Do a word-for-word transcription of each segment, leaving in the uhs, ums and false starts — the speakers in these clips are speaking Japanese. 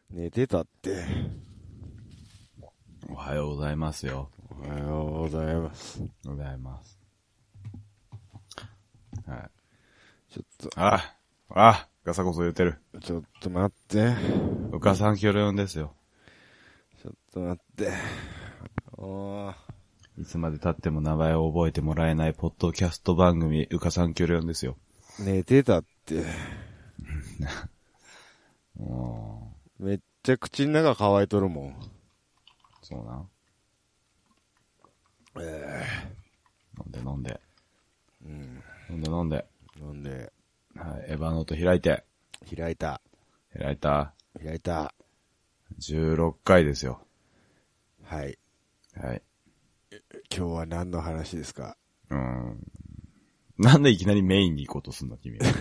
寝てたって。 おはようございますよ。 おはようございます。 ございます。はい。 ちょっと。 ああ、ガサゴソ言うてる。 ちょっと待って。 うかさんきょろよんですよ。 ちょっと待って。おー。 いつまで経っても名前を覚えてもらえないポッドキャスト番組、うかさんきょろよんですよ。 寝てたって。めっちゃ口の中乾いとるもん。 そうな。 ええー、飲んで飲んで。 うん。 飲んで飲んで。 飲んで。 はい、エヴァノート開いて。 開いた。 開いた。 開いた。 じゅうろっかいですよ。 はい。 はい。 今日は何の話ですか？ うーん。なんでいきなりメインに行こうとすんの君は。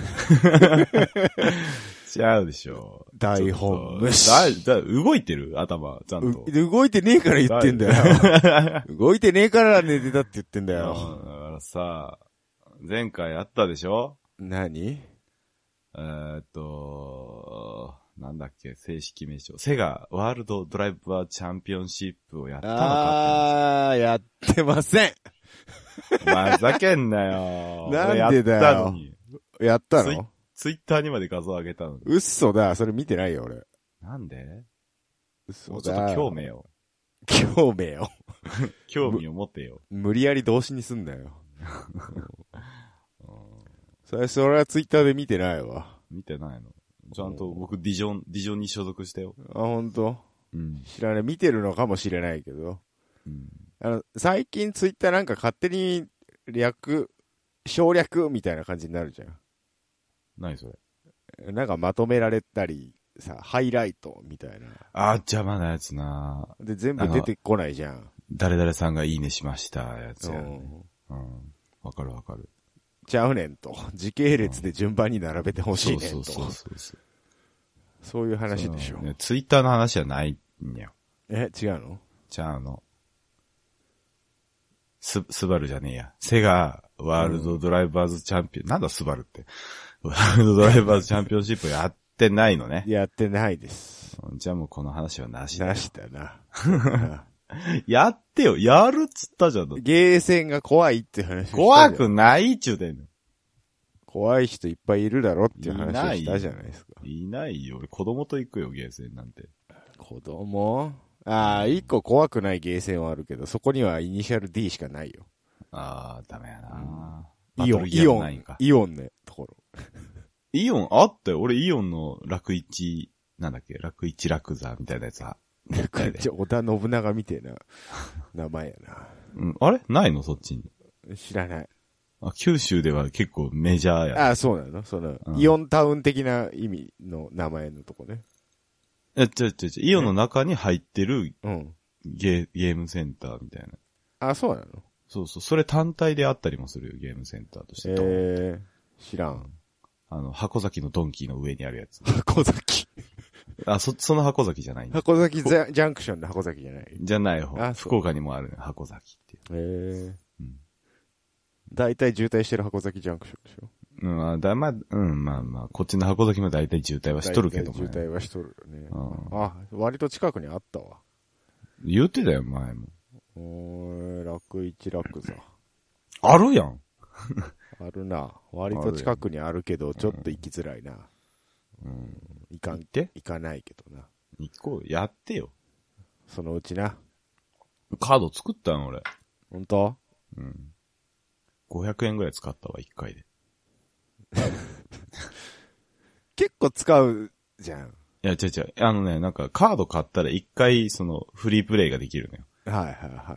違うでしょ。 台本無視。 だ、だ、動いてる頭、ちゃんと。 動いてねえから言ってんだよ。動いてねえから寝てたって言ってんだよ。 だからさ、前回あったでしょ？ 何？ えーっと、なんだっけ、正式名称。セガワールドドライバーチャンピオンシップをやったのかあー、やってません。 まざけんなよ。 なんでだよ。 やったのに。 やったの？ ツイッターにまで画像上げたのに。 嘘だ。それ見てないよ、俺。 なんで？ 嘘だ。 もうちょっと興味よ。 興味よ。 興味を持ってよ。 無理やり動詞にすんなよ。それ、それはツイッターで見てないわ。 見てないの？ちゃんと僕ディジョン、ディジョンに所属したよ。 あ、ほんと？ うん。 知らない。見てるのかもしれないけど。 うん。 あの、最近ツイッターなんか勝手に略、省略みたいな感じになるじゃん。 何それ？ なんかまとめられたり、さ、ハイライトみたいな。 あー、邪魔なやつな。 で、全部出てこないじゃん。 誰々さんがいいねしましたやつやね。 うん。 うん。わかるわかる。 ちゃうねんと。時系列で順番に並べてほしいねんと。 そうそうそうそう。 そういう話でしょ。 ね、ツイッターの話じゃないんや。 え、違うの？ ちゃうの。ス、スバルじゃねえや。セガワールドドライバーズチャンピオン、うん、なんだスバルって。ワールドドライバーズチャンピオンシップやってないのね。 やってないです。 じゃあもうこの話はなしだ。 なしだな。 やってよ。やるっつったじゃん。 ゲーセンが怖いって話したじゃん。 怖くないっちゅうてんの。 怖い人いっぱいいるだろっていう話をしたじゃないですか。 いないよ。俺子供と行くよ、ゲーセンなんて。 子供？ああ、一個怖くないゲーセンはあるけど、そこにはイニシャル D しかないよ。 ああ、ダメやな、 うん、イオン、イオン、イオンね、ところ。 イオンあったよ。俺イオンの楽一、なんだっけ、楽一楽座みたいなやつは。 楽一、織田信長みたいな名前やな。 うん、あれないのそっちに。 知らない。 あ、九州では結構メジャーや。 ああ、そうなのその、うん、イオンタウン的な意味の名前のとこね。 え、ちょちょちょ、イオンの中に入ってる、 うん。 ゲー、ゲームセンターみたいな。 あ、そうなの？ そうそう。それ単体であったりもするよ、ゲームセンターとして。 ええー、知らん。 あの、箱崎のドンキーの上にあるやつ。 箱崎あ、そ、その箱崎じゃないんだ。 箱崎ジャンクションの箱崎じゃない？ じゃない方。福岡にもあるね、箱崎っていう。 へえー。うん。大体渋滞してる箱崎ジャンクションでしょ？ うん、だ、まあ、うん、まあまあ、こっちの箱崎も大体渋滞はしとるけども、 ね。渋滞はしとるね。うん、あ、割と近くにあったわ。 言ってたよ、前も。 おー、楽一楽座。 あるやん。 あるな。割と近くにあるけど、ちょっと行きづらいな。うん。行かん、行って？行かないけどな。 行こう、やってよ。 そのうちな。 カード作ったん、俺。 ほんと？ うん。ごひゃくえんぐらい使ったわ、一回で。 結構使うじゃん。 いや、違う違う。あのね、なんかカード買ったら一回、その、フリープレイができるのよ。 はいはいはい。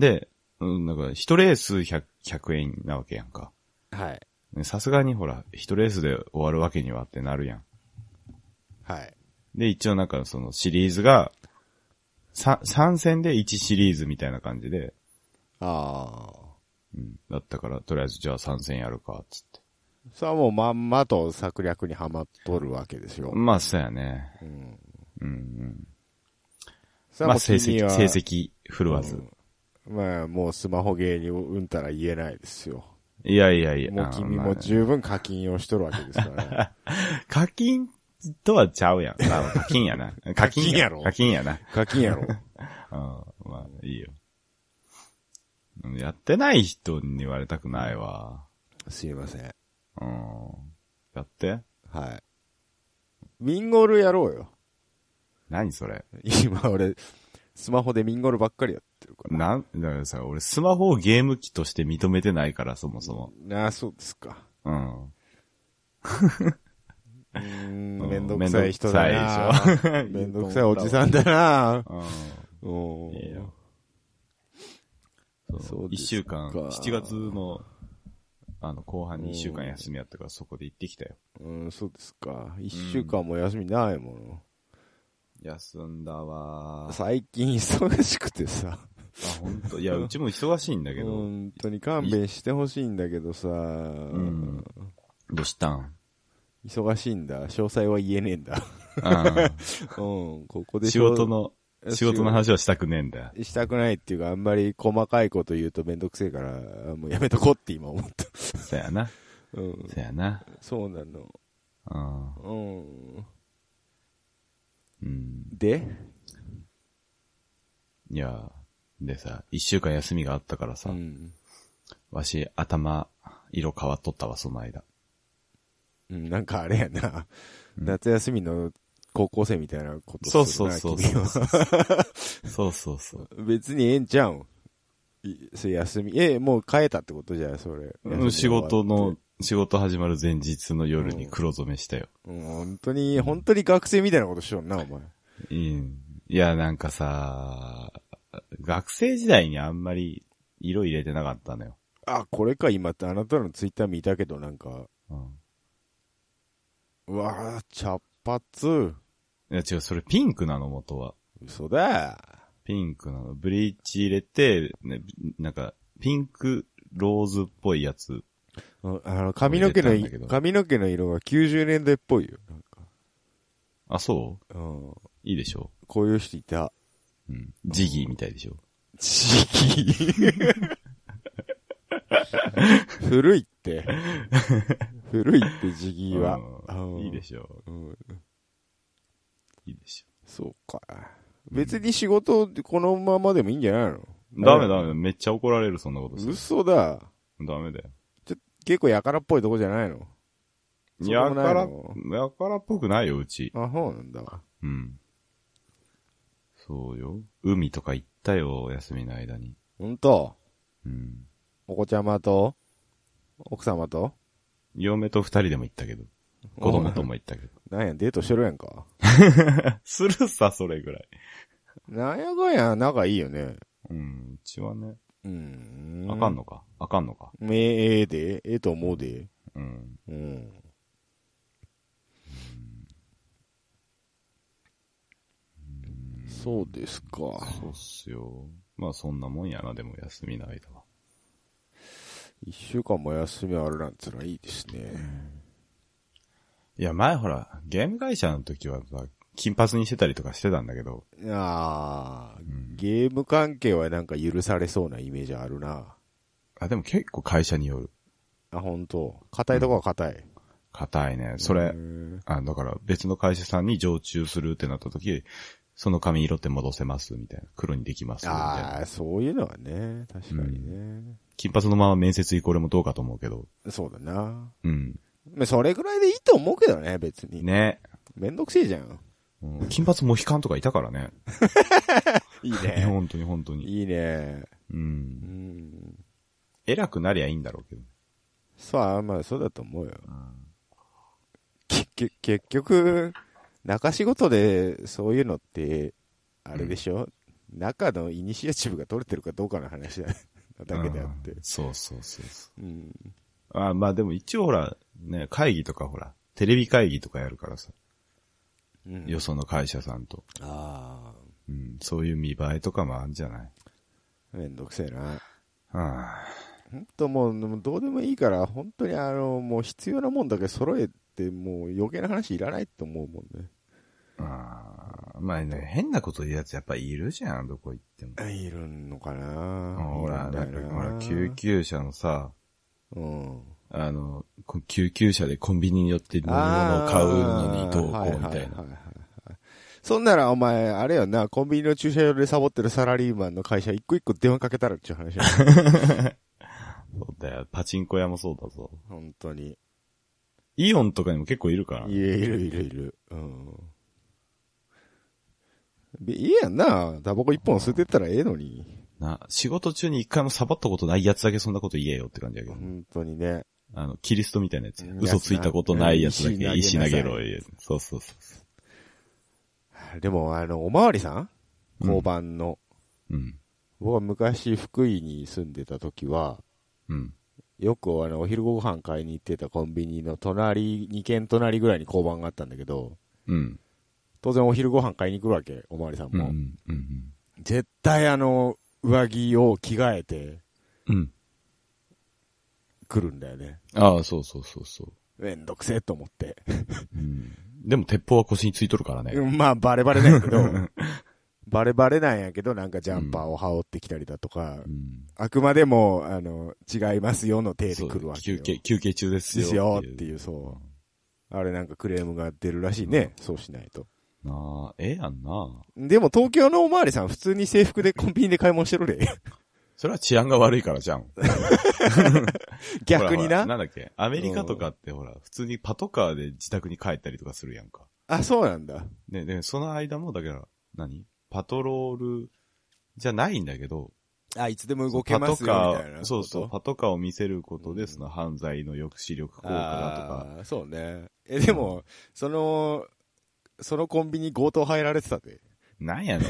で、うん、なんか、一レースひゃく、ひゃくえんなわけやんか。 はい。 さすがにほら、一レースで終わるわけにはってなるやん。 はい。 で、一応なんかそのシリーズが、さ、さん戦でいちシリーズみたいな感じで。 ああ。 うん。だったから、とりあえずじゃあさん戦やるか、つって。 それはもうまんまと策略にはまっとるわけですよ。 まあ、そうやね。 うん。うんうん。 まあ、 成績、成績振るわず。 うん、まあ、もうスマホゲーにうんたら言えないですよ。 いやいやいや。 もう君も十分課金をしとるわけですからね。 課金っとはちゃうやん。あ課金やな。課金やろ。課金やな。 課金やろ。 うん、まあ、いいよ。やってない人に言われたくないわ。 すいません。 うん。やって。 はい。ミンゴルやろうよ。 何それ？ 今俺、スマホでミンゴルばっかりやってるから。 なん、だからさ、俺スマホをゲーム機として認めてないから、そもそも。 ああ、そうですか。 うん。うーん、めんどくさい人だな。 めんどくさいでしょ。 めんどくさいおじさんだな。 うん。 うん。 いいよ。 そう。 一週間、しちがつの、あの、後半に一週間休みやったから、そこで行ってきたよ。 うん、そうですか。一週間も休みないもの。 休んだわ。 最近忙しくてさ。 あ、ほんと。いや、うちも忙しいんだけど。 本当に勘弁してほしいんだけどさ。うん。 どうしたん？ 忙しいんだ。詳細は言えねえんだ。 あうん、ここで仕事の、仕事の話はしたくねえんだ。 したくないっていうか、あんまり細かいこと言うとめんどくせえから、もうやめとこうって今思った。 そやな。 うん。 そやな。 そうなの。うん。うん。 うん。 で？ いや、でさ、一週間休みがあったからさ、うん、わし、頭、色変わっとったわ、その間。 うん、なんかあれやな。うん、夏休みの高校生みたいなことするな。 そうそうそうそう。そうそうそう。 別にええんちゃうん。それ休み。え、もう変えたってことじゃん、それ。 仕事の、仕事始まる前日の夜に黒染めしたよ。 うん、うん、本当に、本当に学生みたいなことしような、お前。 いい。いや、なんかさ、学生時代にあんまり色入れてなかったのよ。 あ、これか、今ってあなたのツイッター見たけど、なんか。うん、うわぁ、茶髪。いや違う、それピンクなの、元は。 嘘だ。 ピンクなの。ブリーチ入れて、ね、なんか、ピンクローズっぽいやつ。 あの、髪の毛の、髪の毛の色がきゅうじゅうねんだいっぽいよ。なんかあ、そう？ うん。 いいでしょ？ こういう人いた。 うん。ジギーみたいでしょ？ ジギー古いって。古いってジギーは。 いいでしょう、うん。いいでしょう。そうか。別に仕事このままでもいいんじゃないの？ ダメダメ。めっちゃ怒られる、そんなことして。 嘘だ。 ダメだよ。 ちょ、結構やからっぽいとこじゃないの？ やから、やからっぽくないよ、うち。 あ、そうなんだ。 うん。そうよ。海とか行ったよ、休みの間に。 ほんと？ うん。 お子ちゃまと奥様と嫁と二人でも行ったけど。子供とも行ったけど。 なんや、デートしてるやんか。 するさ、それぐらい。 なんやかんや、仲いいよね。 うん、うちはね。 うん。 あかんのかあかんのかええ、ええでええと思うで。 うん。うん。 そうですか。 そうっすよ。まあそんなもんやな、でも休みの間は。 一週間も休みあるなんつらいいですね。 いや、前ほら、ゲーム会社の時はさ、金髪にしてたりとかしてたんだけど。 ああ、うん、ゲーム関係はなんか許されそうなイメージあるな。 あ、でも結構会社による。 あ、ほんと。硬いとこは硬い。 硬、うん、いね。それ、あ、だから別の会社さんに常駐するってなった時、その髪色って戻せますみたいな。黒にできますみたいな。 ああ、そういうのはね。確かにね、うん。 金髪のまま面接行こう俺もどうかと思うけど。 そうだな。 うん。 それぐらいでいいと思うけどね、別に。 ね。 めんどくせえじゃん。 うん、金髪モヒカンとかいたからね。 いいね。 本当に本当に。 いいね。 うん。うん。偉くなりゃいいんだろうけど。 そう、まあそうだと思うよ。うん、け結局、中仕事でそういうのって、あれでしょ、うん、中のイニシアチブが取れてるかどうかの話だだけであって。 そうそうそうそう。 うん、 あまあでも一応ほら、ね、会議とかほら、テレビ会議とかやるからさ。うん、よその会社さんと。 ああ。 うん、そういう見栄えとかもあるんじゃない？ めんどくせえな。 はあ。 ほんともう、どうでもいいから、本当にあの、もう必要なもんだけ揃えて、もう余計な話いらないって思うもんね。 ああ。まあね、変なこと言うやつやっぱいるじゃん、どこ行っても。 いるのかな。 ほら、なんか、ほら、救急車のさ、 うん。 あの、 救急車でコンビニに寄って飲み物を買うのにどうこうみたいな。 はいはいはいはい。そんならお前、あれよな、コンビニの駐車場でサボってるサラリーマンの会社一個一個電話かけたらっていう話や。 そうだよ。パチンコ屋もそうだぞ。 本当に。 イオンとかにも結構いるから。 いや、いるいるいる。うん。いいやんな。タバコ一本吸ってったらええのに。 な、仕事中に一回もサボったことないやつだけそんなこと言えよって感じだけど。 本当にね。 あの、キリストみたいなやつ。嘘ついたことないやつだけ石投げろ。そうそうそう。 でも、あの、おまわりさん交番の。 うん。 僕は昔福井に住んでた時は、 うん。 よくあの、お昼ご飯買いに行ってたコンビニの隣、二軒隣ぐらいに交番があったんだけど、 うん。 当然お昼ご飯買いに来るわけ、おまわりさんも。 うん。うん。 絶対あの、上着を着替えて、 うん。 来るんだよね。 ああ、そうそうそうそう。 めんどくせえと思って。 うん。でも鉄砲は腰についとるからね。 まあ、バレバレなんやけど、バレバレなんやけど、なんかジャンパーを羽織ってきたりだとか、うん、あくまでも、あの、違いますよの手で来るわけよ。 休憩、休憩中ですよ。 ですよっていう、そう。あれなんかクレームが出るらしいね、うん、そうしないと。 ああ、ええやんな。 でも東京のおまわりさん普通に制服でコンビニで買い物してるで。 それは治安が悪いからじゃん。 逆にな。 ほらほらなんだっけアメリカとかってほら、普通にパトカーで自宅に帰ったりとかするやんか。 あ、そうなんだ。 ね、で、その間も、だから、何パトロールじゃないんだけど。 あ、いつでも動けますよ、みたいな。 そうそう、パトカーを見せることで、その犯罪の抑止力効果だとか。 あ、そうね。え、でも、うん、その、そのコンビニ強盗入られてたで。 なんやね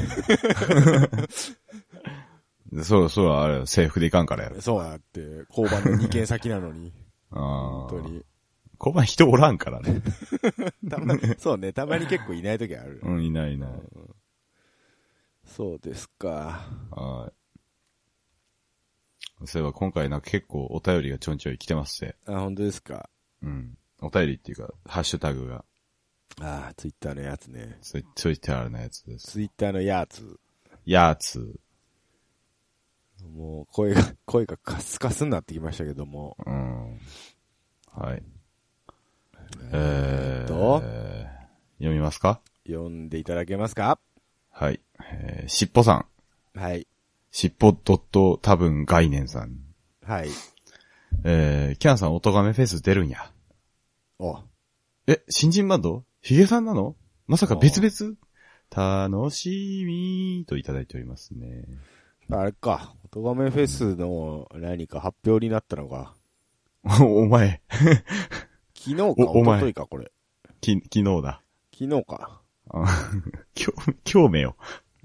ん。そう、そう、あれ、制服でいかんからやろ。 そうだって、交番のに軒先なのに。 ああ。 本当に。 交番人おらんからね。 たまに、そうね、たまに結構いない時ある。 うん、いないいない。うん、 そうですか。 はい。そういえば今回なんか結構お便りがちょんちょい来てますね。 あ、本当ですか。 うん。お便りっていうか、ハッシュタグが。 ああ、ツイッターのやつね。 ツイツイッターのやつです。 ツイッターのやつ。 やつ。 もう声が、声がカスカスになってきましたけども。 うん。はい。 えーっと、 えー、読みますか？ 読んでいただけますか？ はい。えー、しっぽさん。 はい。 しっぽドット多分概念さん。 はい。 えー、キャンさんオトガメフェス出るんや。 お。 え、新人バンド？ヒゲさんなの？まさか別々？楽しみといただいておりますね。 あれか。オトガメフェスの何か発表になったのか。 お前。 昨日か、おとといか、これ。 き、昨日だ。 昨日か。 今日、今日めよ。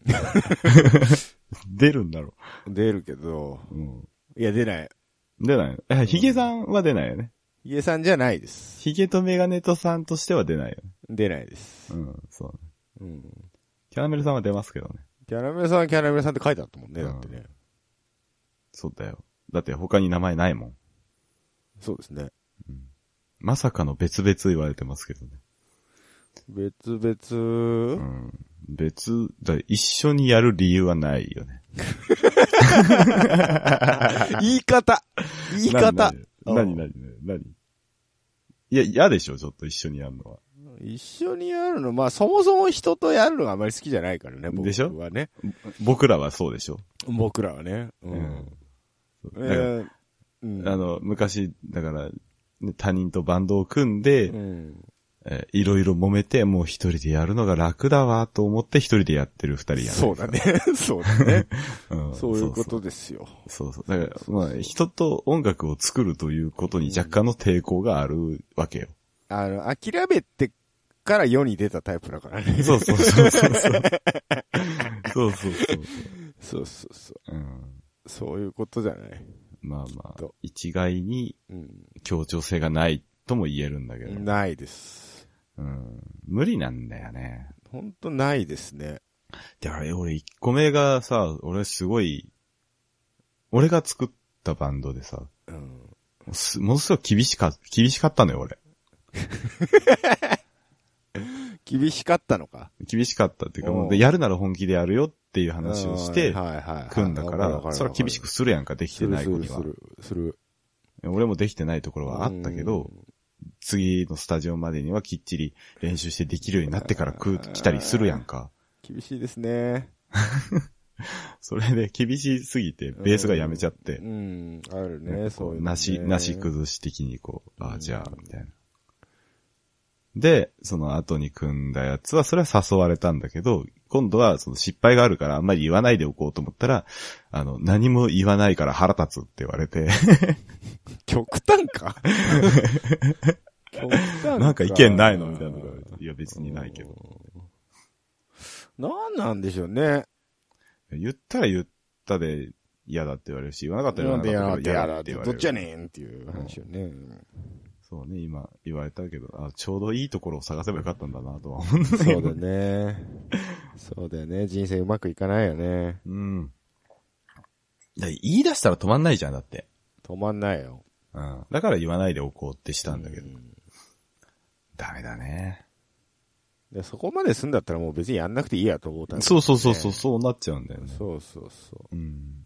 出るんだろう。出るけど、 うん、 いや、出ない。 出ない。え、ヒゲさんは出ないよね。 ヒゲさんじゃないです。 ヒゲとメガネとさんとしては出ないよね。 出ないです。 うん、そうね。 うん。 キャラメルさんは出ますけどね。 キャラメルさんはキャラメルさんって書いてあったもんね、うん、だってね。 そうだよ。だって他に名前ないもん。 そうですね。 うん、まさかの別々言われてますけどね。 別々、 うん、別、だ一緒にやる理由はないよね。 言い方言い方何何何いや、嫌でしょ、ちょっと一緒にやるのは。 一緒にやるの、まあそもそも人とやるのがあまり好きじゃないからね、僕はね。 でしょ？僕らはそうでしょ？ 僕らはね。うん。うんえーうん、 あの、昔、だから、他人とバンドを組んで、うんえー、いろいろ揉めて、もう一人でやるのが楽だわ、と思って一人でやってる二人やる。 そうだね。そうだね、うん。そういうことですよ。 そうそう。だから、まあ、人と音楽を作るということに若干の抵抗があるわけよ。 うん、あの、諦めてから世に出たタイプだからね。 そうそうそうそう。そうそうそう。 そうそうそう、うん。そういうことじゃない。 まあまあ、一概に協調性がないとも言えるんだけど。 ないです。 うん。無理なんだよね。 ほんとないですね。 で、あれ、俺一個目がさ、俺すごい、俺が作ったバンドでさ、うん、ものすごい厳しか、厳しかったのよ、俺。 厳しかったのか厳しかったっていうか、もうでやるなら本気でやるよっていう話をして、組んだから、それは厳しくするやんか、できてない子には。 する、する、する。 俺もできてないところはあったけど、次のスタジオまでにはきっちり練習してできるようになってから来たりするやんか。 厳しいですね。 それで厳しすぎてベースがやめちゃって。 うん、うん、あるね、そういうのね。 なし、なし崩し的にこう、ああ、じゃあ、みたいな。で、その後に組んだやつは、それは誘われたんだけど、今度はその失敗があるからあんまり言わないでおこうと思ったら、あの、何も言わないから腹立つって言われて。 極端か極端かなんか意見ないのみたいなのが言われて。いや別にないけど。 なんなんでしょうね。 言ったら言ったで嫌だって言われるし、言わなかったら言わなかったら嫌だって言われる。 どっちやねんっていう話よね。うんそうね、今言われたけど、あ、ちょうどいいところを探せばよかったんだなとは思うんだけど。 そうだね。そうだよね。人生うまくいかないよね。 うん。言い出したら止まんないじゃん、だって。 止まんないよ。 うん。だから言わないでおこうってしたんだけど。うん、ダメだね。 で。そこまですんだったらもう別にやんなくていいやと思ったんだ、ね。 そうそうそうそう、そうなっちゃうんだよね。 そうそうそう。 うん。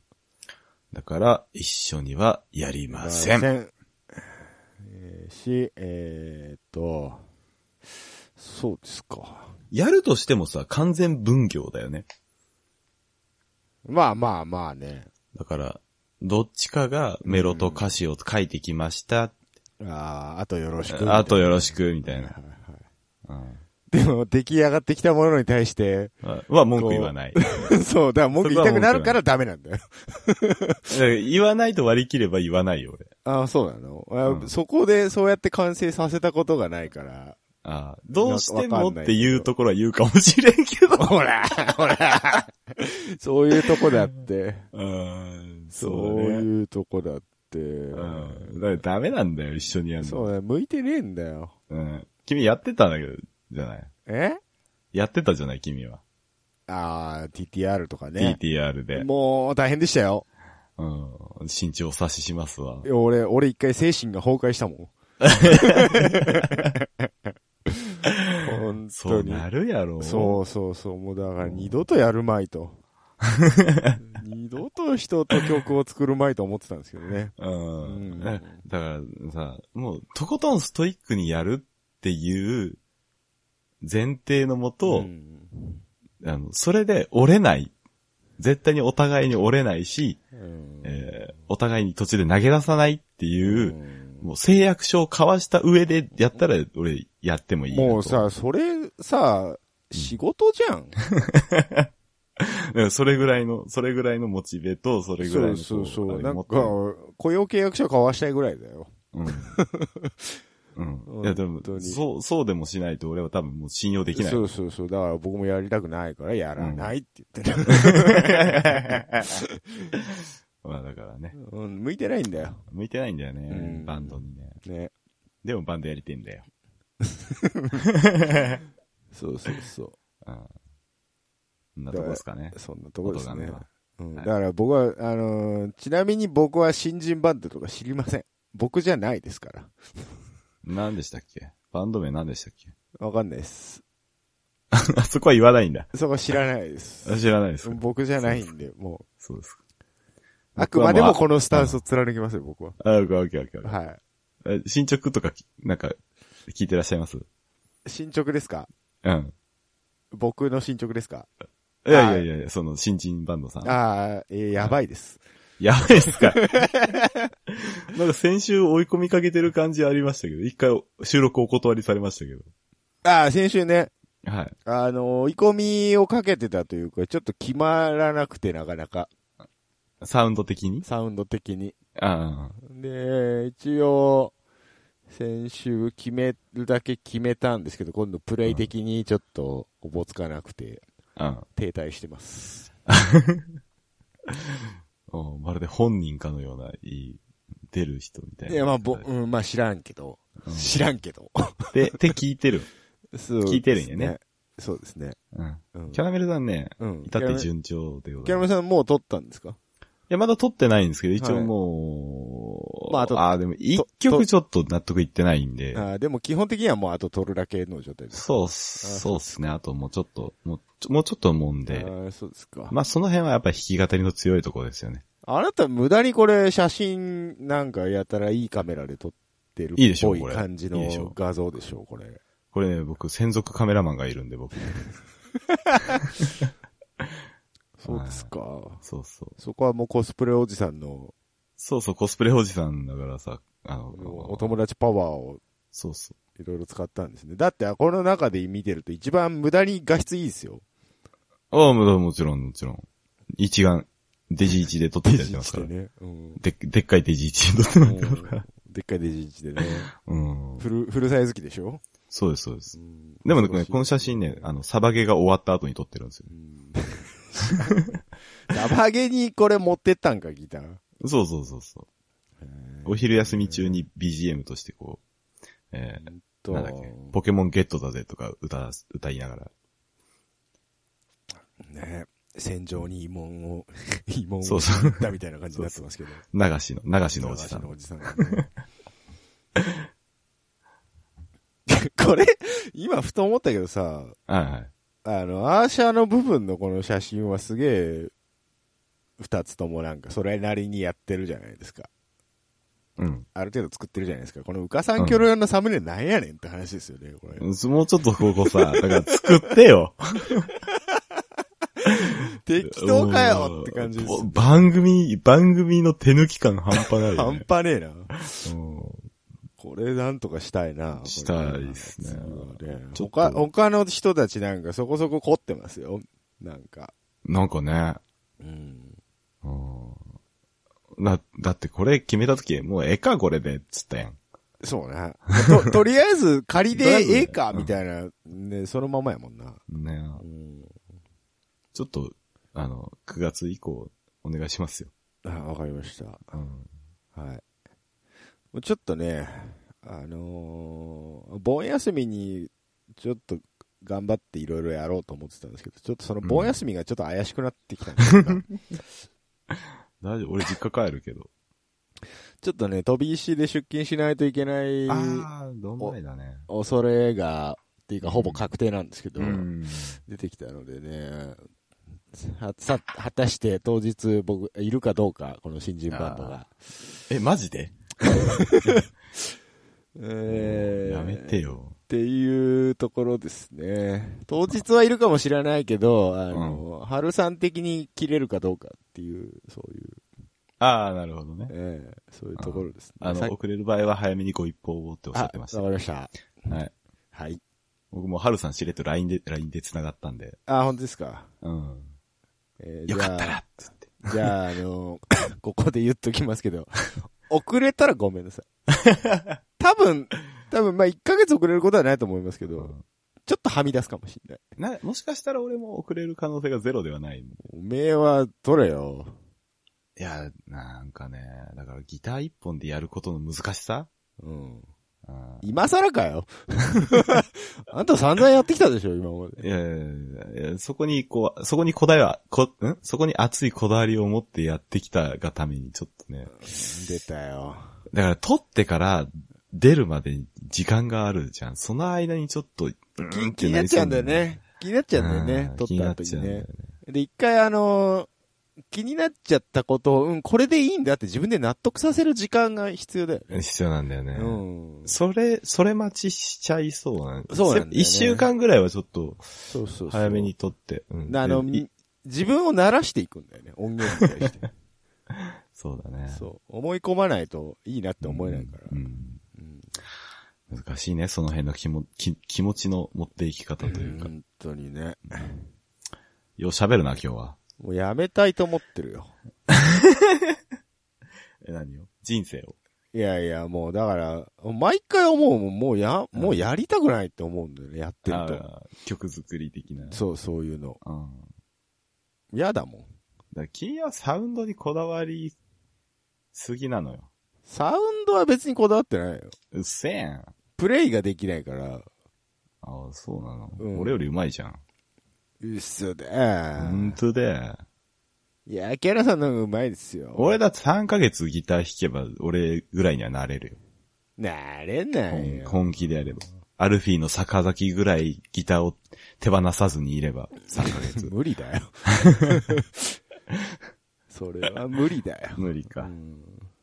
だから、一緒にはやりません。ませんえー、し、えー、っと、そうですか。 やるとしてもさ、完全分業だよね。 まあまあまあね。 だから、どっちかがメロと歌詞を書いてきました。 うん、ああ、あとよろしく。 あとよろしく、みたいな。はいはいはい、うん、でも、出来上がってきたものに対して、 は文句言わない。 そう、だから文句言いたくなるからダメなんだよ。 言わないと割り切れば言わないよ、俺。 ああ、そうなの、うん、そこでそうやって完成させたことがないから。 ああ、どうしてもっていうところは言うかもしれんけど。 ほら、ほら。そういうとこだって。 うん、 そう、ね、そういうとこだって。 うん。だからダメなんだよ、一緒にやるの。 そうだ、向いてねえんだよ。 うん。君やってたんだけど、じゃない。 えやってたじゃない、君は。 ああ、ティーティーアール とかね。 ティーティーアール で。 もう大変でしたよ。 うん。身長お察ししますわ。 俺、俺一回精神が崩壊したもん。本当に。 そうなるやろ。 そうそうそう。もうだから二度とやるまいと。二度と人と曲を作るまいと思ってたんですけどね。 うん。うん、だからさ、もう、とことんストイックにやるっていう前提のもと、うん、あの、それで折れない。絶対にお互いに折れないし、うんえー、お互いに途中で投げ出さないっていう、うん、もう誓約書を交わした上でやったら俺やってもいいよ。 もうさ、それさ、仕事じゃん。 うん、それぐらいの、それぐらいのモチベと、それぐらいの。 そうそうそう。なんか、雇用契約書交わしたいぐらいだよ。うん。 うん。いやでも、そう、そうでもしないと俺は多分もう信用できない。 そうそうそう。だから僕もやりたくないからやらないって言ってる。 まあだからね。 うん、向いてないんだよ。 向いてないんだよね。うん、バンドにね。ね。でもバンドやりてんだよ。 そうそうそう。うん。 そんなとこですかね。 そんなとこですね。うん。だから僕は、あのー、ちなみに僕は新人バンドとか知りません。僕じゃないですから。 何でしたっけ？バンド名何でしたっけ？ わかんないです。 あそこは言わないんだ。 そこは知らないです。 知らないです。 僕じゃないんで、もう。 そうです。 あくまでもこのスタンスを貫きますよ、僕は。 あ、オッケーオッケーオッケー。 はい。 進捗とか、なんか、聞いてらっしゃいます？ 進捗ですか？ うん。 僕の進捗ですか？ いやいやいやいや、その新人バンドさん。 ああ、えー、やばいです。 やばいですか？なんか先週追い込みかけてる感じありましたけど、一回収録お断りされましたけど。 ああ、先週ね。 はい。 あの、追い込みをかけてたというか、ちょっと決まらなくてなかなか。 サウンド的に？ サウンド的に。 ああ。 で、一応、先週決めるだけ決めたんですけど、今度プレイ的にちょっとおぼつかなくて、うん、停滞してます。 おまるで本人かのような、いい、出る人みたいな。 いや、まあ、ぼ、うん、まあ知らんけど。うん、知らんけど。 で、で聞いてる。 そう、 聞いてるんやね。 そうですね。 うん。うん、キャラメルさんね、うん。至って順調でございます。 キャラメルさんもう撮ったんですか？ いや、まだ撮ってないんですけど、一応もう、はい、まあ、あと、あ、でも一曲ちょっと納得いってないんで。 あでも基本的にはもうあと撮るだけの状態です。 そう、そうっすね。あともうちょっと、もう、もうちょっと思うんで。 あそうですか。 まあ、その辺はやっぱり弾き語りの強いところですよね。 あなた無駄にこれ写真なんかやったらいいカメラで撮ってるっぽい感じの画像でしょ、これ。 これね、僕、専属カメラマンがいるんで、僕。 そうですか。 そうそう。 そこはもうコスプレおじさんの。 そうそう、コスプレおじさんだからさ、あの、 お友達パワーを。 そうそう。 いろいろ使ったんですね。だって、この中で見てると一番無駄に画質いいですよ。 ああ、もちろん、もちろん。一眼、デジいちで撮ってやってますから。デジいちでね。うん、で、でっかいデジいちで撮ってますから。 でっかいデジいちでね。 うん。 フル、フルサイズ機でしょ？ そうです、そうです。うん、でもね、この写真ね、あの、サバゲが終わった後に撮ってるんですよ。 うん、サバゲにこれ持ってったんか、ギター。 そうそうそうそう。お昼休み中に ビージーエム としてこう、えー、なんだっけ、ポケモンゲットだぜとか歌、歌いながら。 ね戦場に慰問を、慰問を言ったみたいな感じになってますけど。 流しの、流しのおじさん。 流しのおじさん、ね。これ、今ふと思ったけどさ、 はいはい。 あの、アーシャの部分のこの写真はすげえ、二つともなんかそれなりにやってるじゃないですか。 うん。 ある程度作ってるじゃないですか。このウカさんキョロ用のサムネなんやねんって話ですよね、これ。 もうちょっとここさ、だから作ってよ。 適当かよって感じです、ね。 番組、番組の手抜き感半端ないよね。 半端ねえな。うん、これなんとかしたいな。 したいですね。 ね他、他の人たちなんかそこそこ凝ってますよ。なんか。 なんかね。 うん。 うん、だ、だってこれ決めたとき、もう絵かこれでっつったやん。 そうね。と、とりあえず仮で絵かみたいな、ね、そのままやもんな。 ね、うん、ちょっと、あの、くがつ以降、お願いしますよ。 あ、わかりました。 うん、 はい。ちょっとね、あのー、盆休みに、ちょっと頑張っていろいろやろうと思ってたんですけど、ちょっとその盆休みがちょっと怪しくなってきたんですが、うん、 大丈夫、俺実家帰るけど。 ちょっとね、飛び石で出勤しないといけない、 ああ、どんまいだね。 恐れが、っていうかほぼ確定なんですけど、 うん、 出てきたのでね、は、さ、果たして当日僕、いるかどうか、この新人バンドが。 え、マジでえー、 やめてよ。 っていうところですね。当日はいるかもしれないけど、あの、うん、春さん的に切れるかどうかっていう、そういう。 ああ、なるほどね。 ええー、そういうところですね。 あの、遅れる場合は早めにご一報をっておっしゃってました。 わかりました。 はい。 はい。 僕も春さんしれっと ライン で、ライン で繋がったんで。 あ、本当ですか。 うん。 えー、よかったらつって。 じゃあ、あの、ここで言っときますけど、遅れたらごめんなさい。多分、多分、まあ、いっかげつ遅れることはないと思いますけど、うん、ちょっとはみ出すかもしれない。な、もしかしたら俺も遅れる可能性がゼロではない。 おめえは、取れよ。 いや、なんかね、だからギター一本でやることの難しさうん。今更かよ。あんた散々やってきたでしょ、今まで。 いやいやいや、そこにこう、そこにこだわり、こ、んそこに熱いこだわりを持ってやってきたがためにちょっとね。 出たよ。 だから撮ってから出るまでに時間があるじゃん。その間にちょっと、 気, 気になっちゃうんだよね。気になっちゃうんだよね。撮った後にね。ねで、一回あのー、気になっちゃったことを、うん、これでいいんだって自分で納得させる時間が必要だよね。 必要なんだよね。 うん。 それ、それ待ちしちゃいそうなんそうなんだよね。 一週間ぐらいはちょっと、 そうそうそう。 早めに撮って。うん、 あの、自分を慣らしていくんだよね、音源に対して。 そうだね。 そう。思い込まないといいなって思えないから。 うん。うんうん、難しいね、その辺の気も気気持ちの持っていき方というか。 本当にね。 よう喋るな、今日は。 もうやめたいと思ってるよ。 え、何よ人生を。 いやいや、もうだから、毎回思うもん、もうや、もうやりたくないって思うんだよね、やってると。 曲作り的な。 そう、そういうの。 うん。 嫌だもん。だから君はサウンドにこだわりすぎなのよ。 サウンドは別にこだわってないよ。 うっせえん。 プレイができないから。 ああ、そうなの、 うん、 俺より上手いじゃん。 嘘だ。 ほんとだよ。 いや、キャラさんの方が上手いですよ。 俺だってさんかげつギター弾けば、俺ぐらいにはなれるよ。 なれないよ。 本気でやれば。アルフィーの坂崎ぐらいギターを手放さずにいれば、さんかげつ。 無理だよ。 それは無理だよ。 無理か。うん、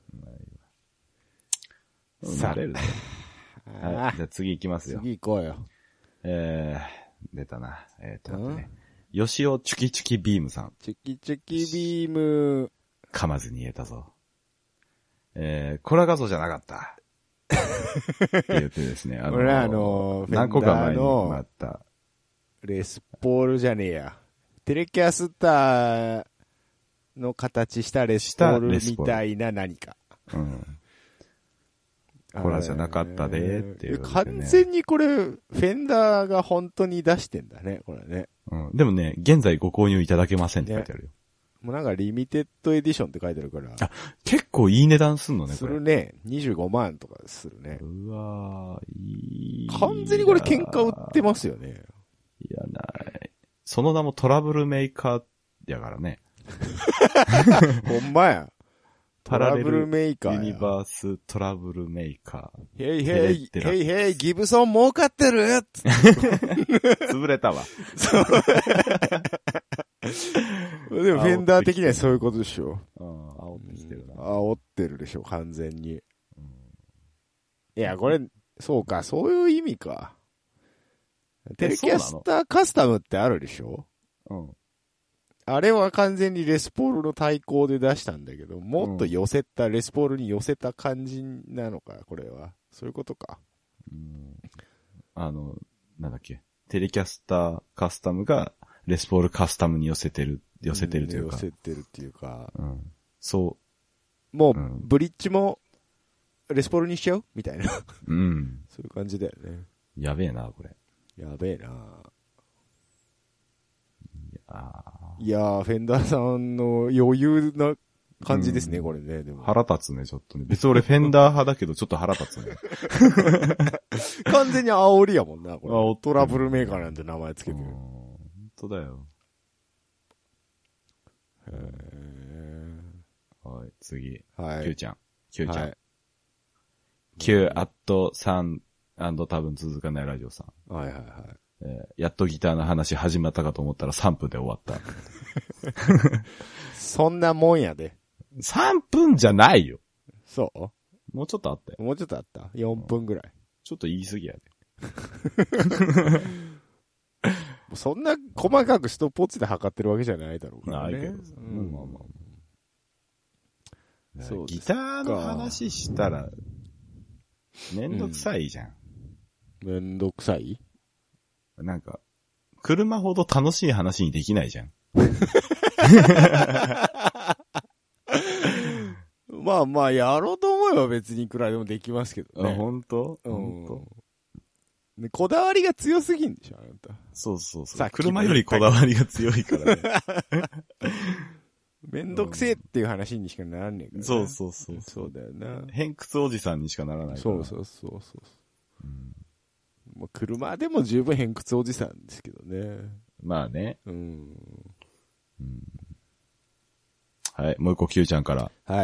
されるね。はい。じゃあ次行きますよ。 次行こうよ。 えー、出たな。えーとね。よしおチュキチュキビームさん。 チュキチュキビーム。 噛まずに言えたぞ。えー、コラ画像じゃなかった。って言ってですね。 あのー、俺あのー、 何個か前にもらった。 レスポールじゃねえや。テレキャスターの形したレスポールみたいな何か。うん。 コラじゃなかったでっていう、ね。 完全にこれ、フェンダーが本当に出してんだね、これね。 うん。でもね、現在ご購入いただけませんって書いてあるよ。ね、 もうなんかリミテッドエディションって書いてあるから。 あ、結構いい値段すんのね、 するね。にじゅうごまんとかするね。 うわー、いい。 完全にこれ喧嘩売ってますよね。 いやない。その名もトラブルメーカーやからね。 ほんまや。トラブルメーカー。 ユニバーストラブルメーカー。へいへい、へいへい、ギブソン儲かってる潰れたわ。そう。 でもフェンダー的にはそういうことでしょ。 うん、煽ってきてるな。 煽ってるでしょ、完全に。うん、いや、これ、そうか、そういう意味か。テレキャスターカスタムってあるでしょ？うん。あれは完全にレスポールの対抗で出したんだけど、もっと寄せた、うん、レスポールに寄せた感じなのか、これは。そういうことか。 うん。あの、なんだっけ。テレキャスターカスタムがレスポールカスタムに寄せてる、寄せてるというか。 寄せてるっていうか。 うん。そう。 もう、うん、ブリッジもレスポールにしちゃうみたいな。 うん。 そういう感じだよね。 やべえな、これ。 やべえな。 いやー、 いやーフェンダーさんの余裕な感じですね、うん、これね。でも腹立つね、ちょっとね。別に俺フェンダー派だけど、ちょっと腹立つね。 完全に煽りやもんな、これ。トラブルメーカーなんて名前つけてる。 ほんとだよ。 へー。 はい、次。 はい。 Q ちゃん。Q ちゃん。はい、Q アットさん多分続かないラジオさん。 はいはいはい。 えー、やっとギターの話始まったかと思ったらさんぷんで終わった。 そんなもんやで。 さんぷんじゃないよ。 そうもうちょっとあったよ。 もうちょっとあった ?よんぷんぐらい。 ちょっと言い過ぎやで。 そんな細かくストップウォッチで測ってるわけじゃないだろうからね。 ないけど。うん、まあまあ。そうギターの話したら、めんどくさいじゃん。 うん、めんどくさい？ なんか、車ほど楽しい話にできないじゃん。 まあまあ、やろうと思えば別にいくらでもできますけどね。 あ、ほんと？ うん。ほんと？こだわりが強すぎんでしょ、あなた。 そうそうそう。車よりこだわりが強いからね。 めんどくせえっていう話にしかならんねんから、ね。 そうそうそう。 そうだよな。 偏屈おじさんにしかならないから。 そうそうそうそう。うんもう車でも十分偏屈おじさんですけどね。 まあね。 うん。 うん、はい、もう一個 Q ちゃんから。 はい。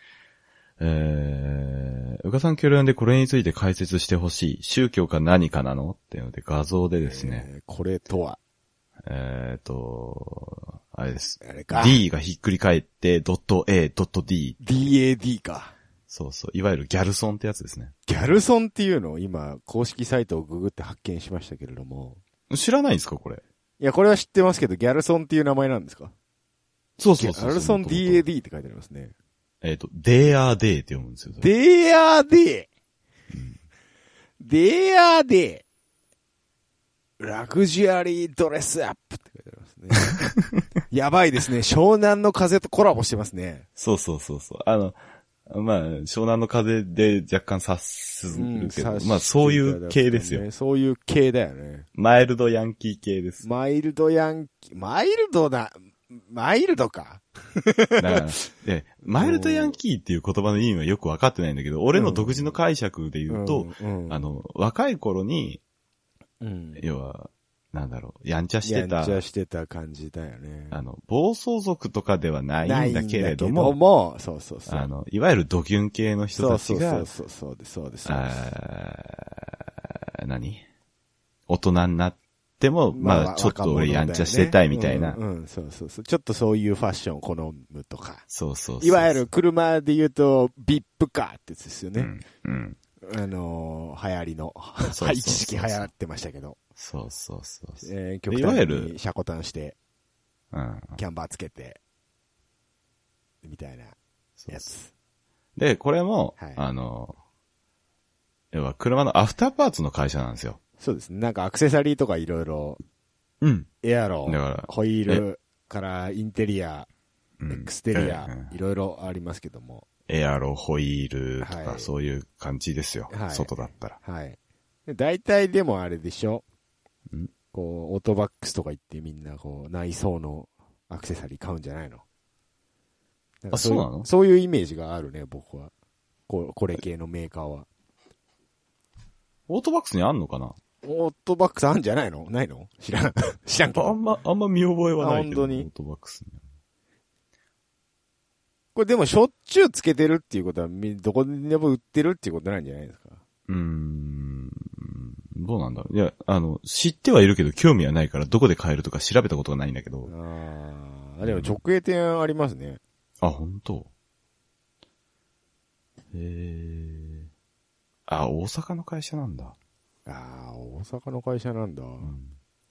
えー、うかさん協力でこれについて解説してほしい。宗教か何かなのっていうので画像でですね。 えー、これとはえーと、あれです。 あれか。 D がひっくり返って、ドット A、ドット D。 ディーエーディー か。 そうそう。いわゆるギャルソンってやつですね。 ギャルソンっていうのを今、公式サイトをググって発見しましたけれども。 知らないんですかこれ。 いや、これは知ってますけど、ギャルソンっていう名前なんですか？ そうそうそうそう。 ギャルソン ディーエーディー って書いてありますね。 えっ、ー、と、They are they って読むんですよ。 They are they、うん、They are they ラグジュアリードレスアップって書いてありますね。やばいですね。湘南の風とコラボしてますね。 そうそうそうそう。あの、まあ、湘南の風で若干察するけど、うん、まあそういう系ですよ、 ね。そういう系だよね。 マイルドヤンキー系です。 マイルドヤンキー、マイルドな、マイルドか。 だからで、マイルドヤンキーっていう言葉の意味はよくわかってないんだけど、俺の独自の解釈で言うと、うんうん、あの、若い頃に、うん、要は、なんだろう、やんちゃしてた。 やんちゃしてた感じだよね。 あの、暴走族とかではないんだけれども、 ないんだけどもそうそうそう。 あの、いわゆるドキュン系の人たちが、 そうそうそうそうです、そうです。 あ何大人になっっても、まあ、まあ、ちょっと俺やんちゃしてたいみたいな、 うん。うん、そうそうそう。ちょっとそういうファッションを好むとか。 そうそうそうそう。 いわゆる車で言うと、ビップカーってやつですよね。 うん。うん、 あのー、流行りの、はい、一時期流行ってましたけど。 そうそうそうそう。 えー、極端に車庫端して、うん。キャンバーつけて、みたいなやつ。そうそうで、これも、はい、あの、要は車のアフターパーツの会社なんですよ。 そうですね。なんかアクセサリーとかいろいろ、 うん。 エアロ、だからホイールからインテリア、うん、エクステリア、いろいろありますけども。 エアロ、ホイールとか、はい、そういう感じですよ。はい、外だったら。 はい。大体でもあれでしょ。んこう、オートバックスとか行ってみんなこう、内装のアクセサリー買うんじゃないの？なんかそうあ、そうなの？ そういうイメージがあるね、僕は。ここれ系のメーカーは。 オートバックスにあんのかな？ オートバックスあんじゃないの？ないの？知らん。知らんけど。 あんま、あんま見覚えはないけど。本当に？オートバックスに。 これでもしょっちゅうつけてるっていうことは、どこでも売ってるっていうことなんじゃないですか？ うーん。どうなんだろう。いや、あの、知ってはいるけど興味はないからどこで買えるとか調べたことがないんだけど。 ああ、でも直営店ありますね。 あ、本当。へえ。あ、大阪の会社なんだ。 ああ、大阪の会社なんだ。うん、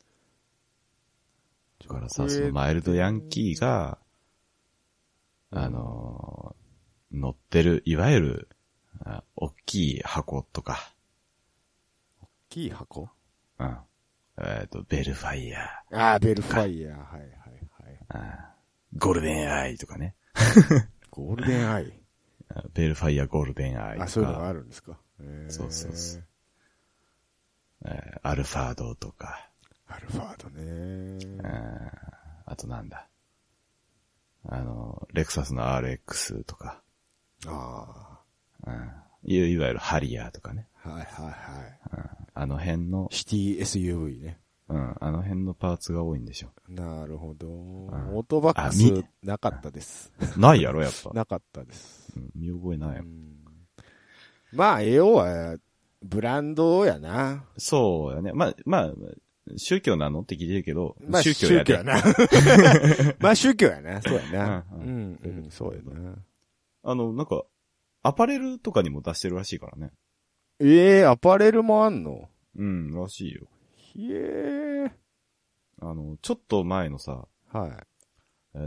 だからさ、そのマイルドヤンキーが、あのー、乗ってる、いわゆる、あ大きい箱とか。 大きい箱？ うん。えっ、ー、と、ベルファイヤー。ああ、ベルファイヤー。はいはいはい。 あゴールデンアイとかね。 ゴールデンアイベルファイヤーゴールデンアイとか。 あ、そういうのがあるんですか。 そうそうそう。えー、アルファードとか。 アルファードね。 あとなんだ。あの、レクサスの アールエックス とか。 ああ。うん。いわゆるハリアーとかね。 はいはいはい。 うん、あの辺の。 シティ エスユーブイ ね。 うん。あの辺のパーツが多いんでしょ。 なるほど。うん、オートバックスなかったです。 ないやろ、やっぱ。 なかったです。 うん、見覚えないよ。 まあ、要は、ブランドやな。 そうやね。まあ、まあ、宗教なのって聞いてるけど、 まあ、 宗教やで。宗教やな。まあ、宗教やな。そうやな。うん、うん、うん、そうやな。 あの、なんか、アパレルとかにも出してるらしいからね。 ええー、アパレルもあんの？ うん、らしいよ。 へえー。 あの、ちょっと前のさ、 はい。 えっ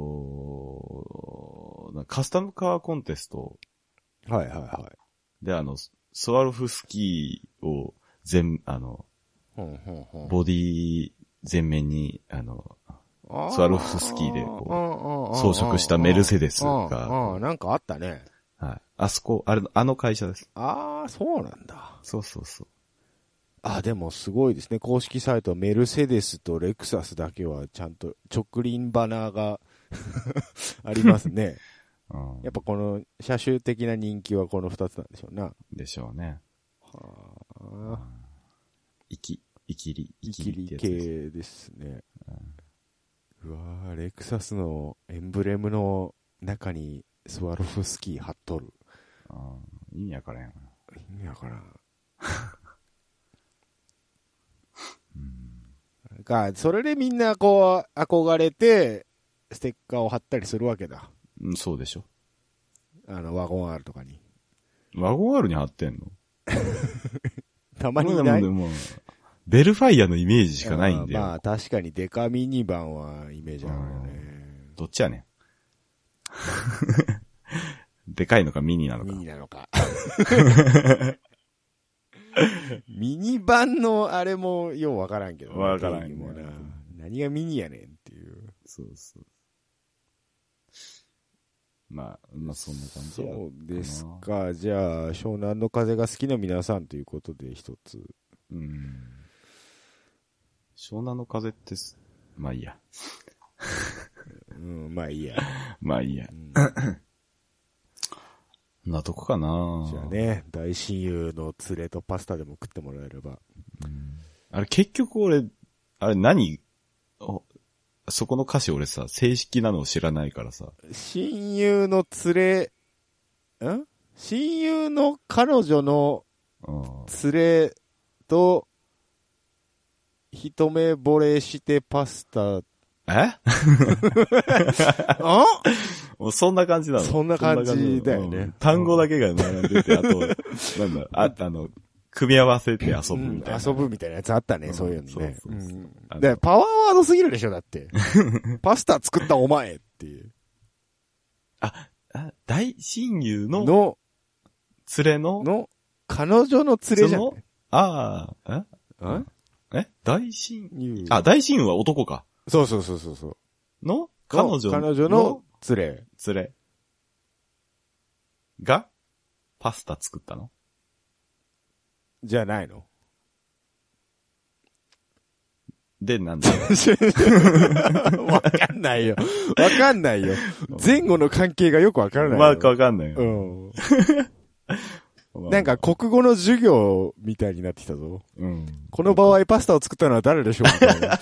と、カスタムカーコンテスト。 はいはいはい。 で、あの、スワロフスキーを全、あの、 ほんほんほん、 ボディ全面に、あの、スワロフスキーでこう装飾したメルセデスが。 ああ、なんかあったね。 はい。あそこ、あれ、あの会社です。 ああ、そうなんだ。 そうそうそう。 あ、でもすごいですね。公式サイト、メルセデスとレクサスだけはちゃんと直輪バナーがありますね。うん、やっぱこの車種的な人気はこの二つなんでしょうな。 でしょうね。はあ。生き、生きり、 生きり系ですね。うん、うわぁ、レクサスのエンブレムの中にスワロフスキー貼っとる。 あ意味わからん。 意味わからん。うん、が、それでみんなこう憧れてステッカーを貼ったりするわけだ。 うん、そうでしょ。 あの、ワゴン R とかに。 ワゴン R に貼ってんのたまにいない。でも、 ベルファイアのイメージしかないんだよ。 まあ確かにデカミニバンはイメージあるよね。 どっちやねん。でかいのかミニなのか。 ミニなのか。ミニ版のあれもようわからんけど、ね。 わからんよ、 ね。何がミニやねんっていう。 そうそう。まあ、まあそんな感じそうですか。じゃあ、湘南の風が好きな皆さんということで一つ。 うん。湘南の風ってす、まあいいや。 うん、まあいいや。 まあいいや。うん、なとこかな。 じゃあね、大親友の連れとパスタでも食ってもらえれば。 うん、あれ結局俺、あれ何そこの歌詞俺さ、正式なのを知らないからさ。 親友の連れ、ん親友の彼女の連れと一目惚れしてパスタ。 えあもうそんな感じなの。 そんな感じだよね。 うん、単語だけが並んでて、あと、なんだ、あ、あの、組み合わせて遊ぶみたいな。 うん、遊ぶみたいなやつあったね、うん、そういうのね。 そうそうそう、うん、 で、パワーワードすぎるでしょ、だって。パスタ作ったお前っていう。 あ、あ大親友の、 の、 連れの、 の、彼女の連れじゃん。 ああ、ええ大親友。あ、大親友は男か。 そうそうそうそうそう。 の彼女の、 彼女の連れ。 連れ。がパスタ作ったのじゃないので、なんだわかんないよ。わかんないよ。前後の関係がよくわからないよ。 まあ、わかんないよ。 うん。なんか国語の授業みたいになってきたぞ。うん。この場合パスタを作ったのは誰でしょうみたいな。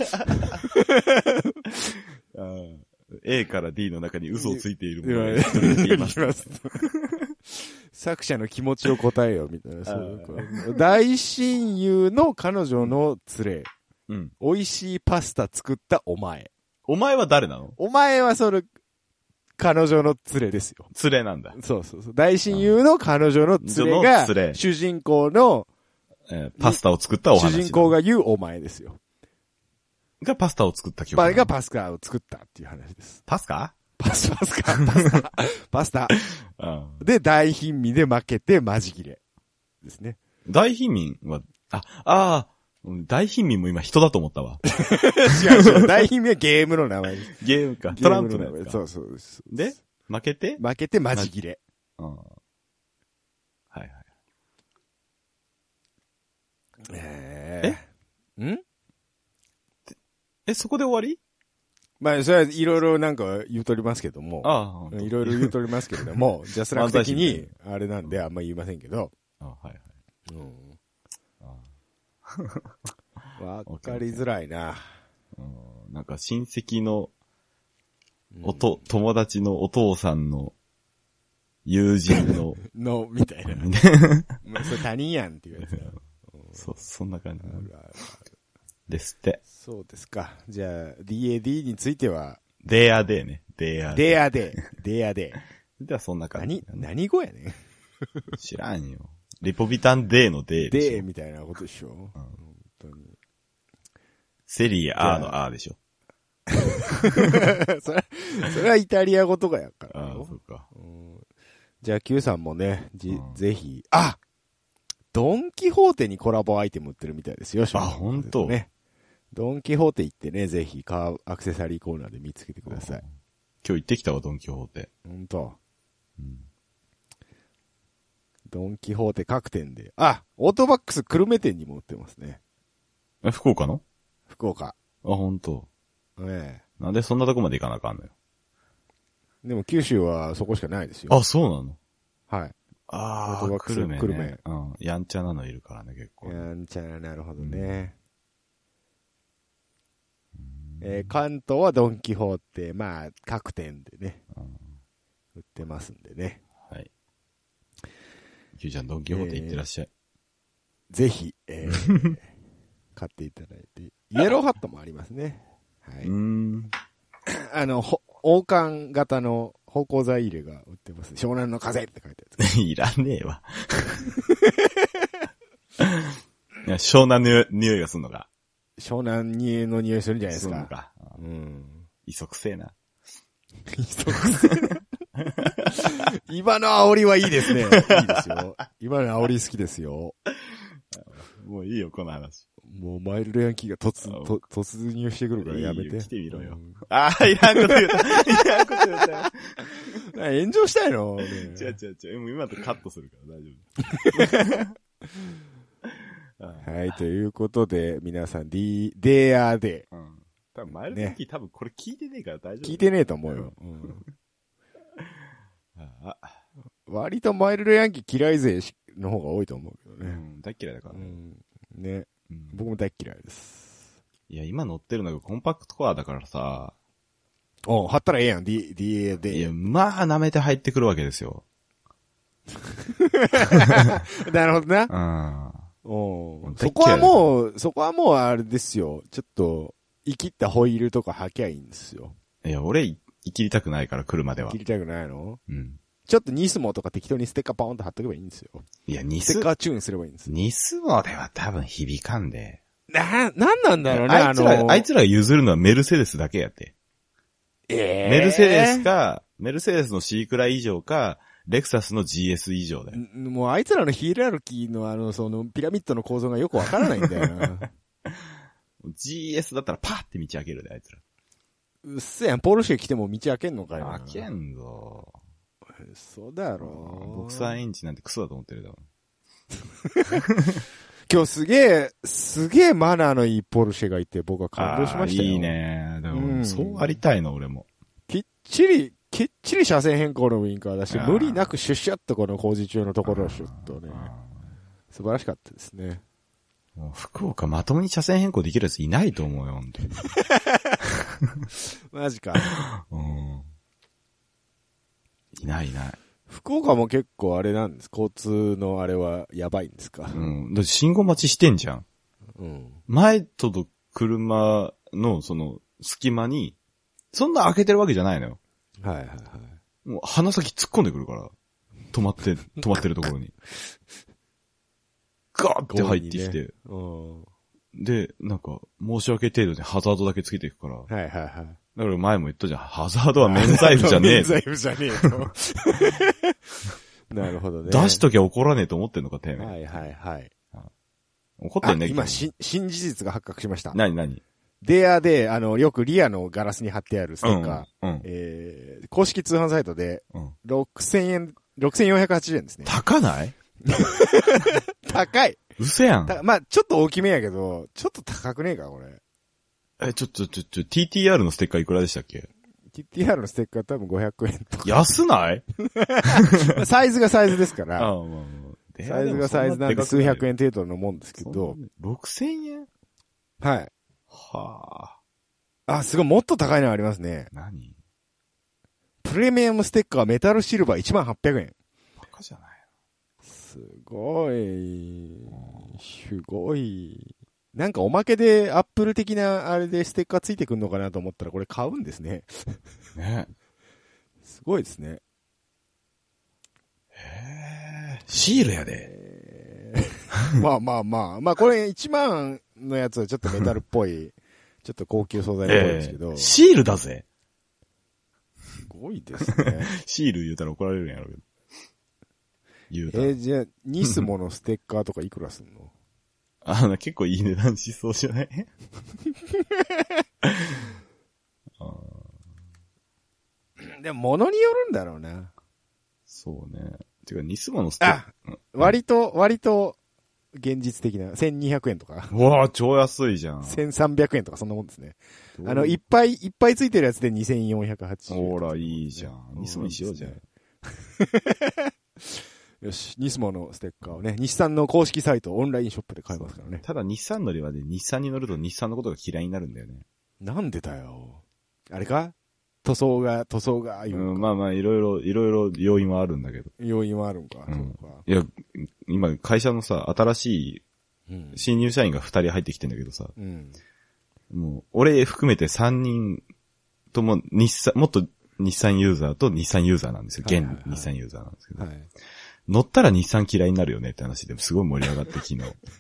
A から D の中に嘘をついているものが一人だけいます。 作者の気持ちを答えよ、みたいな。そう大親友の彼女の連れ。うん。美味しいパスタ作ったお前。 お前は誰なの？ お前はその、彼女の連れですよ。 連れなんだ。 そうそうそう。大親友の彼女の連れが、主人公の、 えー、パスタを作ったお話。 主人公が言うお前ですよ。 がパスタを作った曲。 バイがパスタを作ったっていう話です。 パスカパスパスカパスタ。パスタ。うん、で、大貧民で負けてマジ切れ。ですね。 大貧民は、あ、ああ、大貧民も今人だと思ったわ。 違う違う。大貧民はゲームの名前です。 ゲームか。トランプの名前。 そうそうです。 で、負けて負けてマジ切れ。うん。 はいはい。 えー、えんえ、そこで終わり？ まあ、それはいろいろなんか言うとりますけども。ああ。いろいろ言うとりますけれども、ジャスラック的に、あれなんであんま言いませんけど。あはいはい。うん。わかりづらいな。 うん、なんか親戚の、おと、うん、友達のお父さんの、友人の。 の、みたいな。まあ、それ他人やんっていうやつだ。 そう、そんな感じ。ですって。 そうですか。じゃあ、ディーエーディー については。 デーアデーね。デーアデー。デーアデー。デーアデー。ではそんな感じ、 ね。何、何語やねん。 知らんよ。リポビタンデーのデーでしょ。 デーみたいなことでしょ。うん、本当に。 セリアーのアーでしょ。 それ、それはイタリア語とかやから。 ああ、そうか。 うん、じゃあ Q さんもね、じ、うん、ぜひ、あドンキホーテにコラボアイテム売ってるみたいですよ。 あ、ほんとね。ドンキホーテ行ってね、ぜひカーアクセサリーコーナーで見つけてください。 今日行ってきたわ、ドンキホーテ。 ほんと。うん。ドンキホーテ各店で。あ、オートバックス久留米店にも売ってますね。 え、福岡の？ 福岡。あ、 ほんと。 ええ。 なんでそんなとこまで行かなあかんのよ。 でも九州はそこしかないですよ。 あ、そうなの？ はい。 ああ、オートバックス久留米、ね。久留米。うん。やんちゃなのいるからね、結構、ね。 やんちゃな、なるほどね。うん、えー、関東はドンキホーテ、まあ、各店でね、うん、売ってますんでね。 はい。キューちゃん、ドンキホーテ行ってらっしゃい。 えー、ぜひ、えー、買っていただいて。イエローハットもありますね。はい。うーんあの、王冠型の芳香剤入れが売ってます。湘南の風って書いてあるやつ。 いらねえわ。いや湘南の匂いがするのか。 湘南の匂いするんじゃないですか。そうか。 うん。磯くせえな。 磯くせえな。今の煽りはいいですね。いいですよ。今の煽り好きですよ。 もういいよ、この話。 もうマイルドヤンキーが突、と突入してくるからやめて。いいよ来てみろよ。うん、ああ、いらんこと言うた。いらんこと言うた。 炎上したいの違う違う違う。もう今とカットするから大丈夫。はい、ということで、皆さん、D、デーアーデー。うん。 多分マイルドヤンキー、ね、多分これ聞いてねえから大丈夫。 聞いてねえと思うよ。うん。あ割とマイルドヤンキー嫌い勢の方が多いと思うけどね。 うん、大嫌いだからね。 うん、ね。うん、僕も大嫌いです。 いや、今乗ってるのがコンパクトコアだからさ。 お貼ったらええやん、D、ディーエー で。 いや、まあ、舐めて入ってくるわけですよ。 なるほどな。 うん。そこはもう、そこはもうあれですよ。ちょっと、生きったホイールとか履きゃいいんですよ。 いや、俺、生きりたくないから、車では。 生きりたくないの？ うん。 ちょっとニスモとか適当にステッカーポーンと貼っとけばいいんですよ。 いや、ニス。 ステッカーチューンすればいいんですよ。 ニスモでは多分響かんで。 な、なんなんだろうね、 あいつら、 あのー、 あいつらが譲るのはメルセデスだけやって。 ええー。 メルセデスか、メルセデスの C クラ以上か、レクサスの ジーエス 以上だよ。 もうあいつらのヒエラルキーのあの、その、ピラミッドの構造がよくわからないんだよな。 ジーエス だったらパーって道開けるで、あいつら。 うっせやん、ポールシェ来ても道開けんのかよ。 開けんぞ。 そうだろ。 ボクサーエンジンなんてクソだと思ってるだろ。 今日すげえ、すげえマナーのいいポルシェがいて僕は感動しましたよ。 いいね。でも、うん、そうありたいの、俺も。 きっちり、きっちり車線変更のウインカーだし、無理なくシュッシュッとこの工事中のところをシュッとね。素晴らしかったですね。 もう福岡まともに車線変更できるやついないと思うよ、本当に。 マジか。 うん。いないいない。 福岡も結構あれなんです。交通のあれはやばいんですか。 うん。だって信号待ちしてんじゃん。うん。前との車のその隙間に、そんな開けてるわけじゃないのよ。 はいはいはい。 もう鼻先突っ込んでくるから。止まって、止まってるところに。ガーって入ってきて。ね、うん。で、なんか、申し訳程度にハザードだけつけていくから。 はいはいはい。 だから前も言ったじゃん。ハザードは免罪符じゃねえ。免罪符じゃねえと。なるほどね。 出しときゃ怒らねえと思ってんのか、てめえ。 はいはいはい。 怒ってんね。 今、し、新事実が発覚しました。 なになにデアで、あの、よくリアのガラスに貼ってあるステッカー。 うんうん、 えー、公式通販サイトで、ろくせんえん、ろくせんよんひゃくはちじゅうえんですね。 高ない高い。 嘘やん。 まあ、ちょっと大きめやけど、ちょっと高くねえか、これ。 え、ちょ、ちょ、ちょ、ちょ、ティーティーアール のステッカーいくらでしたっけ？ ティーティーアール のステッカー多分ごひゃくえんとか。 安ないサイズがサイズですから。 ああ、まあまあ、 サイズがサイズなんで数百円程度のもんですけど。 ろくせんえん？ はい。 はあ。あ、すごい、もっと高いのありますね。 何？ プレミアムステッカーメタルシルバーいちまんはっぴゃくえん。 バカじゃないの？ すごい。すごい。なんかおまけでアップル的なあれでステッカーついてくんのかなと思ったらこれ買うんですね。 ね。 すごいですね。 へー。シールやで。 まあまあまあ。まあこれいちまんのやつはちょっとメタルっぽい、ちょっと高級素材っぽいですけど。えー、 シールだぜ。 すごいですね。 シール言うたら怒られるんやろうけど。言うたら。 えー、じゃあ、ニスモのステッカーとかいくらすんの？ あの、結構いい値段しそうじゃないあでも、物によるんだろうな。 そうね。てか、ニスモのステッカー。あ、割と、割と、現実的な。せんにひゃくえんとか。 うわぁ、超安いじゃん。 せんさんびゃくえんとかそんなもんですね。あの、いっぱいいっぱいついてるやつでにせんよんひゃくはちじゅうえん、 ね。ほら、いいじゃん。ニスモにしようじゃん。 よし、ニスモのステッカーをね、日産の公式サイト、オンラインショップで買えますからね。 ただ日産乗りはね、日産に乗ると日産のことが嫌いになるんだよね。 なんでだよ。あれか塗装が、塗装が言う、 うん、まあまあ、いろいろ、いろいろ要因はあるんだけど。 要因はあるんか。うん、そうか。 いや、今、会社のさ、新しい、新入社員がふたり入ってきてんだけどさ、うん、もう、俺含めてさんにんとも日産、もっと日産ユーザーと日産ユーザーなんですよ。現日産ユーザーなんですけど。はい、乗ったら日産嫌いになるよねって話ですごい盛り上がって昨日。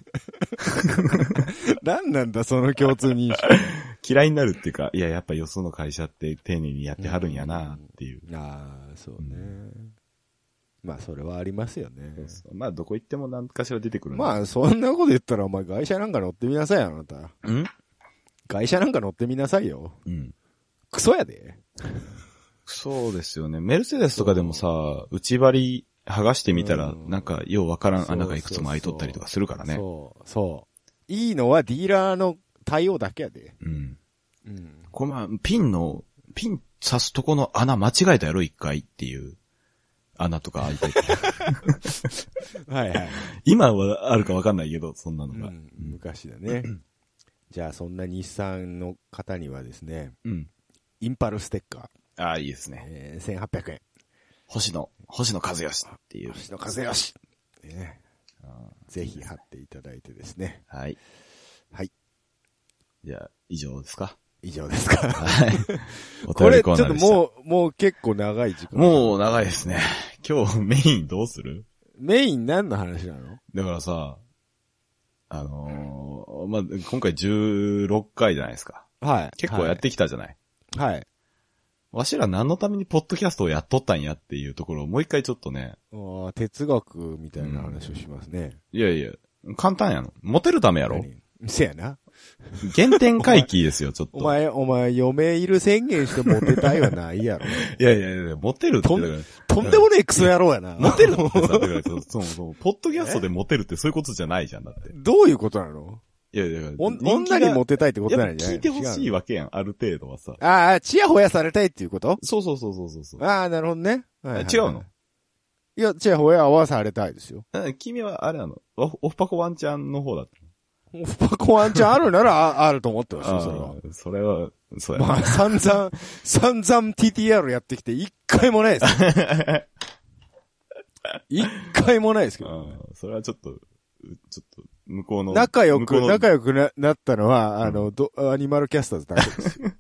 何なんだその共通認識。 嫌いになるっていうか、いややっぱよその会社って丁寧にやってはるんやなっていう。 うん、ああ、そうね、うん。まあそれはありますよね。 そうそう、まあどこ行っても何かしら出てくる。 まあそんなこと言ったらお前外車なんか乗ってみなさいよあなた。ん？外車なんか乗ってみなさいよ。うん。クソやで。 そうですよね。メルセデスとかでもさ、内張り剥がしてみたら、なんか、ようわからん穴がいくつも開いとったりとかするからね。 そう、そう。いいのはディーラーの対応だけやで。うん。 うん。これまあ、ピンの、ピン刺すとこの穴間違えたやろ、一回っていう。穴とか開いてて。 はいはい。 今はあるかわかんないけど、そんなのが。うん、 昔だね。じゃあ、そんな日産の方にはですね、 うん。 インパルステッカー。 ああ、いいですね。 えー、せんはっぴゃくえん。 星野、星野和義っていう。 星野和義。ね、 ぜひ貼っていただいてですね。 はい。 はい。 じゃあ、以上ですか？ 以上ですか？ はい。おこれ、ちょっと便りコーナーでした。 もう、もう結構長い時間。 もう長いですね。今日メインどうする？ メイン何の話なの？ だからさ、あのー、まあ、今回じゅうろっかいじゃないですか。 はい。 結構やってきたじゃない。 はい。 わしら何のためにポッドキャストをやっとったんやっていうところをもう一回ちょっとね。 あ、哲学みたいな話をしますね。 うん、いやいや、簡単やの。モテるためやろ？ せやな。 原点回帰ですよ、ちょっと。 お前、お前、嫁いる宣言してモテたいはないやろ。 いやいやいや、モテるってだから。 とんでもねえクソ野郎やな。 モテるってさ、だからそうそう、ポッドキャストでモテるってそういうことじゃないじゃん、だって。 どういうことなの？ いやいや、 女にモテたいってことなんじゃない？ 聞いてほしいわけやん、ある程度はさ。 ああ、チヤホヤされたいっていうこと？ そうそうそうそうそう。 ああ、なるほどね。 はいはいはい、違うの？ いや、チヤホヤはされたいですよ。 君はあれなの？オフパコワンちゃんの方だった。 オフパコワンちゃんあるならあ、あると思ってますよ、それは。 それは、そうや。 まあ、散々、散々 ティーティーアール やってきて一回もないです。一回もないですけど、ね。 それはちょっと、ちょっと、向こうの。 仲良く、仲良くな、なったのは、あの、ど、アニマルキャスターズだけですよ。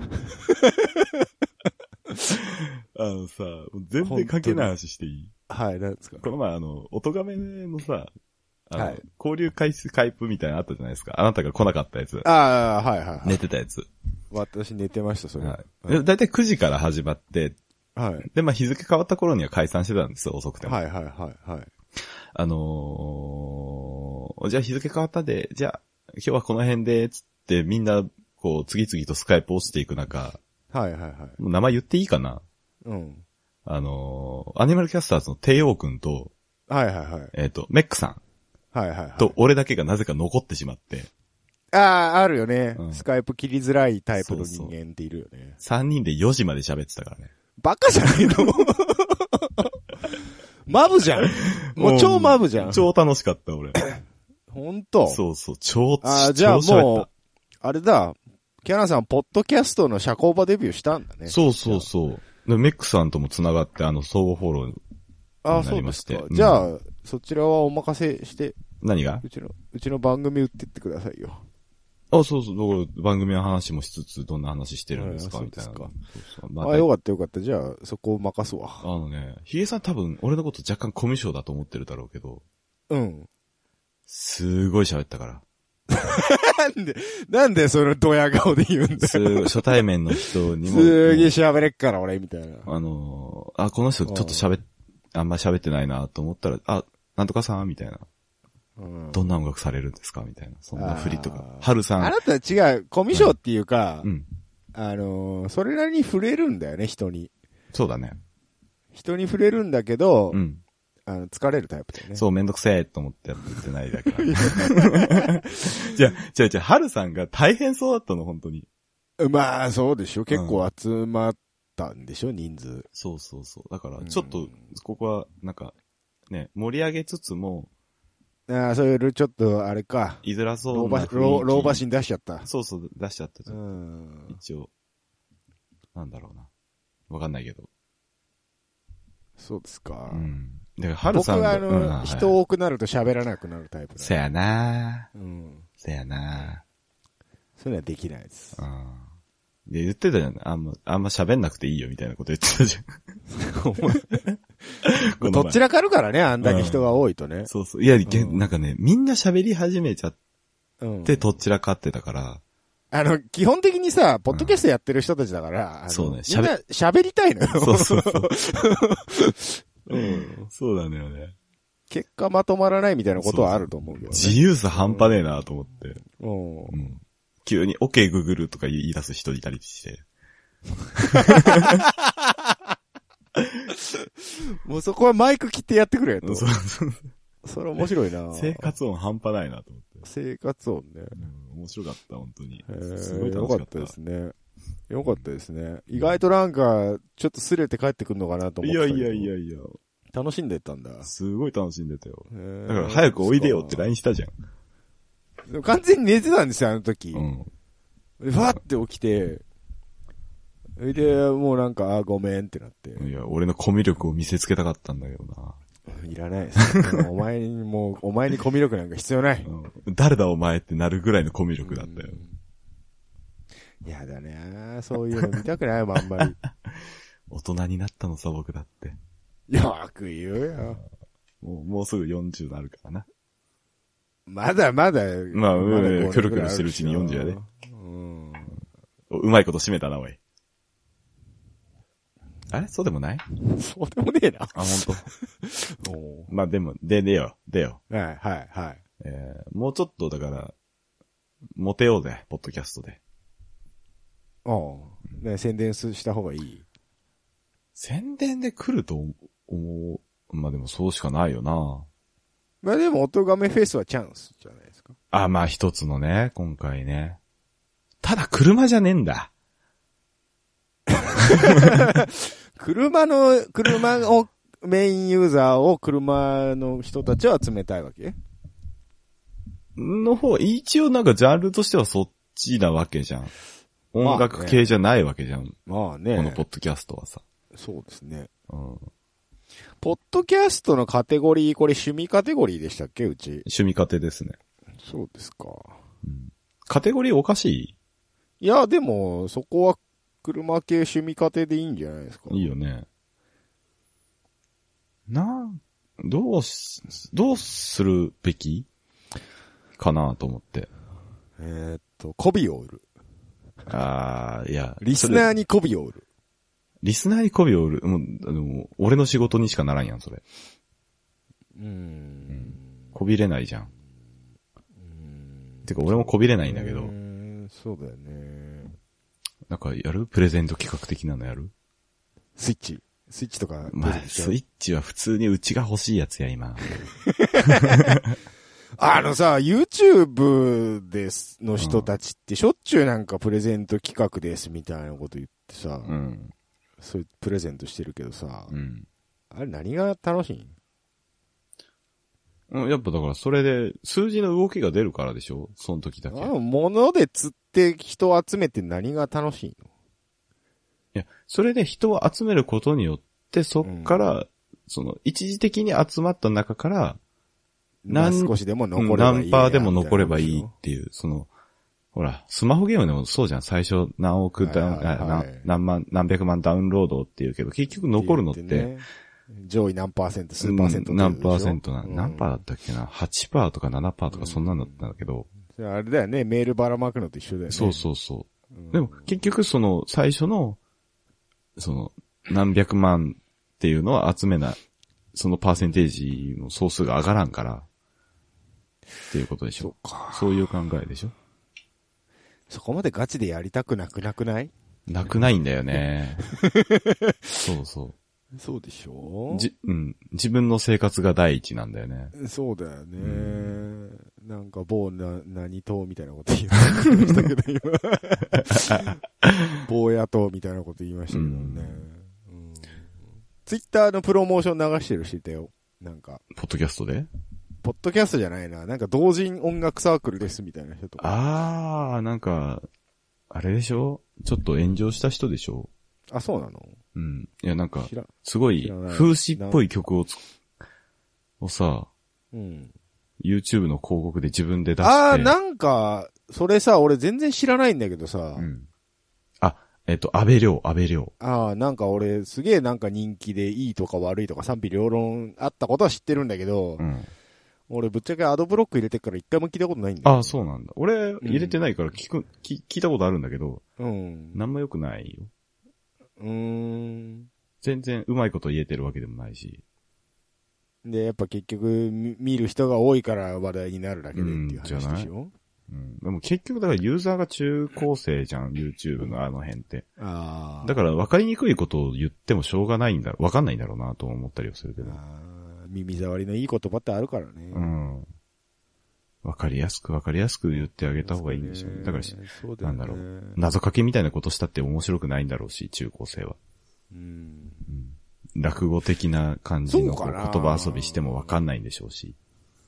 あのさ、全然関係ない話していい？ はい、なんですか？ この前、あの、音亀のさ、あの、 はい、 交流回数、カイプみたいなのあったじゃないですか。あなたが来なかったやつ。 ああ、はい、はい、はい。 寝てたやつ。 私寝てました、それ。 はい。だいたいくじから始まって、 はい。 で、まあ、日付変わった頃には解散してたんですよ、遅くても。 はい、はい、はい、はい。 あのー、じゃあ日付変わったで、じゃあ、今日はこの辺で、つってみんな、こう、次々とスカイプをしていく中。 はい、はい、はい。 もう名前言っていいかな？ うん。 あのー、アニマルキャスターズの帝王くんと、 はい、はい、はい。 えっと、メックさん。 はいはいはい。 と、俺だけがなぜか残ってしまって。 ああ、あるよね、 うん。 スカイプ切りづらいタイプの人間っているよね。そうそう。 さんにんでよじまで喋ってたからね。 バカじゃないの？マブじゃん。もう超マブじゃん。 超楽しかった、俺。 ほんと？ そうそう、超、 ああ、じゃあもう、あれだ、キャナさん、ポッドキャストの社交場デビューしたんだね。 そうそうそう。でメックさんとも繋がって、あの、相互フォローになりまして。 ああ、そうですか。うん、じゃあ、そちらはお任せして。 何が？ うちの、うちの番組売ってってくださいよ。 あ、そうそう、だから番組の話もしつつ、どんな話してるんですか、みたいな。そうか。そうそう。まあ、あ、よかったよかった。じゃあ、そこを任すわ。 あのね、ヒゲさん多分、俺のこと若干コミュ障だと思ってるだろうけど。 うん。 すごい喋ったから。 なんで、なんでそのドヤ顔で言うんだよ。 初対面の人にも。 すげえ喋れっから、俺、みたいな。 あのー、あ、この人ちょっと喋っ、あんま喋ってないなと思ったら、あ、なんとかさんみたいな。うん、どんな音楽されるんですかみたいな。そんな振りとか。春さん。 あなたは違う、コミュ障っていうか、 うん。 あのー、それなりに触れるんだよね、人に。 そうだね。 人に触れるんだけど、 うん。 あの、疲れるタイプだよね。 そう、めんどくせえと思ってやってないだから。じゃあ、じゃあ、じゃあ、春さんが大変そうだったの、本当に。 まあ、そうでしょ。結構集まったんでしょ、人数。 そうそうそう。だから、ちょっと、ここは、なんか、ね、盛り上げつつも、 ああ、そういう、ちょっと、あれか。 言いづらそうな雰囲気。 老婆心出しちゃった。 そうそう、出しちゃった。 うん。 一応、なんだろうな。わかんないけど。 そうですか。 うん。だから、春さんが。 僕はあの、うん、人多くなると喋らなくなるタイプだ。 そやなうん。 そやなそういうのはできないです。 うん。で、言ってたじゃん。あんま、あんま喋んなくていいよみたいなこと言ってたじゃん。 どちらかるからね、あんだけ人が多いとね。 うん、そうそう。いや、うん、なんかね、みんな喋り始めちゃって、どちらかってたから。 あの、基本的にさ、ポッドキャストやってる人たちだから、うん、 そうね、 みんな喋りたいのよ。 そうそうそう。うん、そうなんだよね。 結果まとまらないみたいなことはあると思うけど、ね。 自由さ半端ねえなと思って。 うん。うん、 急に OK グーグルとか言い出す人いたりして。 もうそこはマイク切ってやってくれと。 そうそう。 それ面白いな。 生活音半端ないなと思って。 生活音ね。 うん、面白かった、本当に。 すごい楽しかった。よかったですね。よかったですね。意外となんか、ちょっとすれて帰ってくるのかなと思ってた。 いやいやいやいや。 楽しんでたんだ。 すごい楽しんでたよ。だから早くおいでよって ライン したじゃん。 でも完全に寝てたんですよ、あの時。 うん。 ふわって起きて、で、もうなんか、あ、ごめんってなって。 いや、俺のコミュ力を見せつけたかったんだけどな。 いらないです。お前にもう、お前にコミュ力なんか必要ない。 うん、誰だお前ってなるぐらいのコミュ力だったよ。 やだね。そういうの見たくないもん、あんまり。 大人になったのさ、僕だって。 よく言うよ。 もう、もうすぐよんじゅうになるからな。 まだまだ。 まあ、 まだくるくるしてるうちによんじゅうやで。 うん。 うまいこと締めたな、おい。あれそうでもないそうでもねえな。 あ、ほんと。まあでも、で、でよ、でよ。 はい、はい、はい。 えー、もうちょっとだから、モテようぜ、ポッドキャストで。 ああ。ね、宣伝した方がいい。 宣伝で来ると思う。まあでもそうしかないよな。 まあでも、音亀フェスはチャンスじゃないですか。 あ、まあ一つのね、今回ね。ただ車じゃねえんだ。 車の、車を、メインユーザーを車の人たちは集めたいわけの方、一応なんかジャンルとしてはそっちなわけじゃん。音楽系じゃないわけじゃん。 まあね。 このポッドキャストはさ。 そうですね。 うん。 ポッドキャストのカテゴリー、これ趣味カテゴリーでしたっけうち。 趣味カテですね。 そうですか。 うん、カテゴリーおかしい？ いや、でも、そこは車系趣味カテでいいんじゃないですか。 いいよね。な、どうし、どうするべきかなと思って。 えー、っと、媚びを売る。 あー、いや。 リスナーに媚びを売る。 リスナーに媚びを売る。もう、あの、俺の仕事にしかならんやん、それ。 うーん。うん、 こびれないじゃん。うん。てか、俺もこびれないんだけど。うーん、そうだよね。 なんか、やるプレゼント企画的なのやる？ スイッチ。スイッチとか。 まあ、スイッチは普通にうちが欲しいやつや、今。 あのさ、YouTube ですの人たちってしょっちゅうなんかプレゼント企画ですみたいなこと言ってさ、うん、そういうプレゼントしてるけどさ、うん、あれ何が楽しい？ うん、やっぱだからそれで数字の動きが出るからでしょ？その時だけ。 あの物で釣って人を集めて何が楽しいの？ いや、それで人を集めることによってそっから、うん、その一時的に集まった中から、 何、少しでも残ればいい。 何パーでも残ればいいっていう、その、ほら、スマホゲームでもそうじゃん。最初何億ダウン、はいはいはい、何万、何百万ダウンロードっていうけど、結局残るのって、ってね、 上位何パーセント、数パーセント、 うん、何パーセントな、うん、何パーだったっけな ?はちパーセント とか ななパーセント とかそんなんだったんだけど、 うん、あれだよね、メールばらまくのと一緒だよね。 そうそうそう。うん、でも結局その最初の、その何百万っていうのは集めない、そのパーセンテージの総数が上がらんから、っていうことでしょ。そうか。そういう考えでしょ。 そこまでガチでやりたくなくなくない？ なくないんだよね。そうそう。 そうでしょ？ じ、うん。自分の生活が第一なんだよね。 そうだよね。うん、なんか某な、何党みたいなこと言いましたけど、今。某野党みたいなこと言いましたけどね。うんうん、ツイッターのプロモーション流してる人いたよ。なんか。 ポッドキャストで？ ポッドキャストじゃないな。なんか同人音楽サークルですみたいな人とか。 あー、なんか、あれでしょ？ちょっと炎上した人でしょ？ あ、そうなの？ うん。いや、なんか、すごい、風刺っぽい曲をつ、をさ、うん。YouTube の広告で自分で出して。 あー、なんか、それさ、俺全然知らないんだけどさ。うん。 あ、えっと、安倍亮、安倍亮。 ああ、なんか俺、すげえなんか人気でいいとか悪いとか賛否両論あったことは知ってるんだけど、うん。俺ぶっちゃけアドブロック入れてから一回も聞いたことないんだよ。 ああ、そうなんだ。俺、入れてないから聞く、うん、聞、聞いたことあるんだけど、うん。なんも良くないよ。うーん。全然うまいこと言えてるわけでもないし。 で、やっぱ結局、見る人が多いから話題になるだけでっていう話でしょ、うん、じゃない？ うん。でも結局だからユーザーが中高生じゃん、YouTube のあの辺って。ああ。だから分かりにくいことを言ってもしょうがないんだろう、分かんないんだろうなと思ったりはするけど。ああ、耳障りのいい言葉ってあるからね。 うん。分かりやすく分かりやすく言ってあげた方がいいんでしょうね。だからし、そうだよね、なんだろう。謎かけみたいなことしたって面白くないんだろうし、中高生は。うん。うん、落語的な感じの言葉遊びしても分かんないんでしょうし。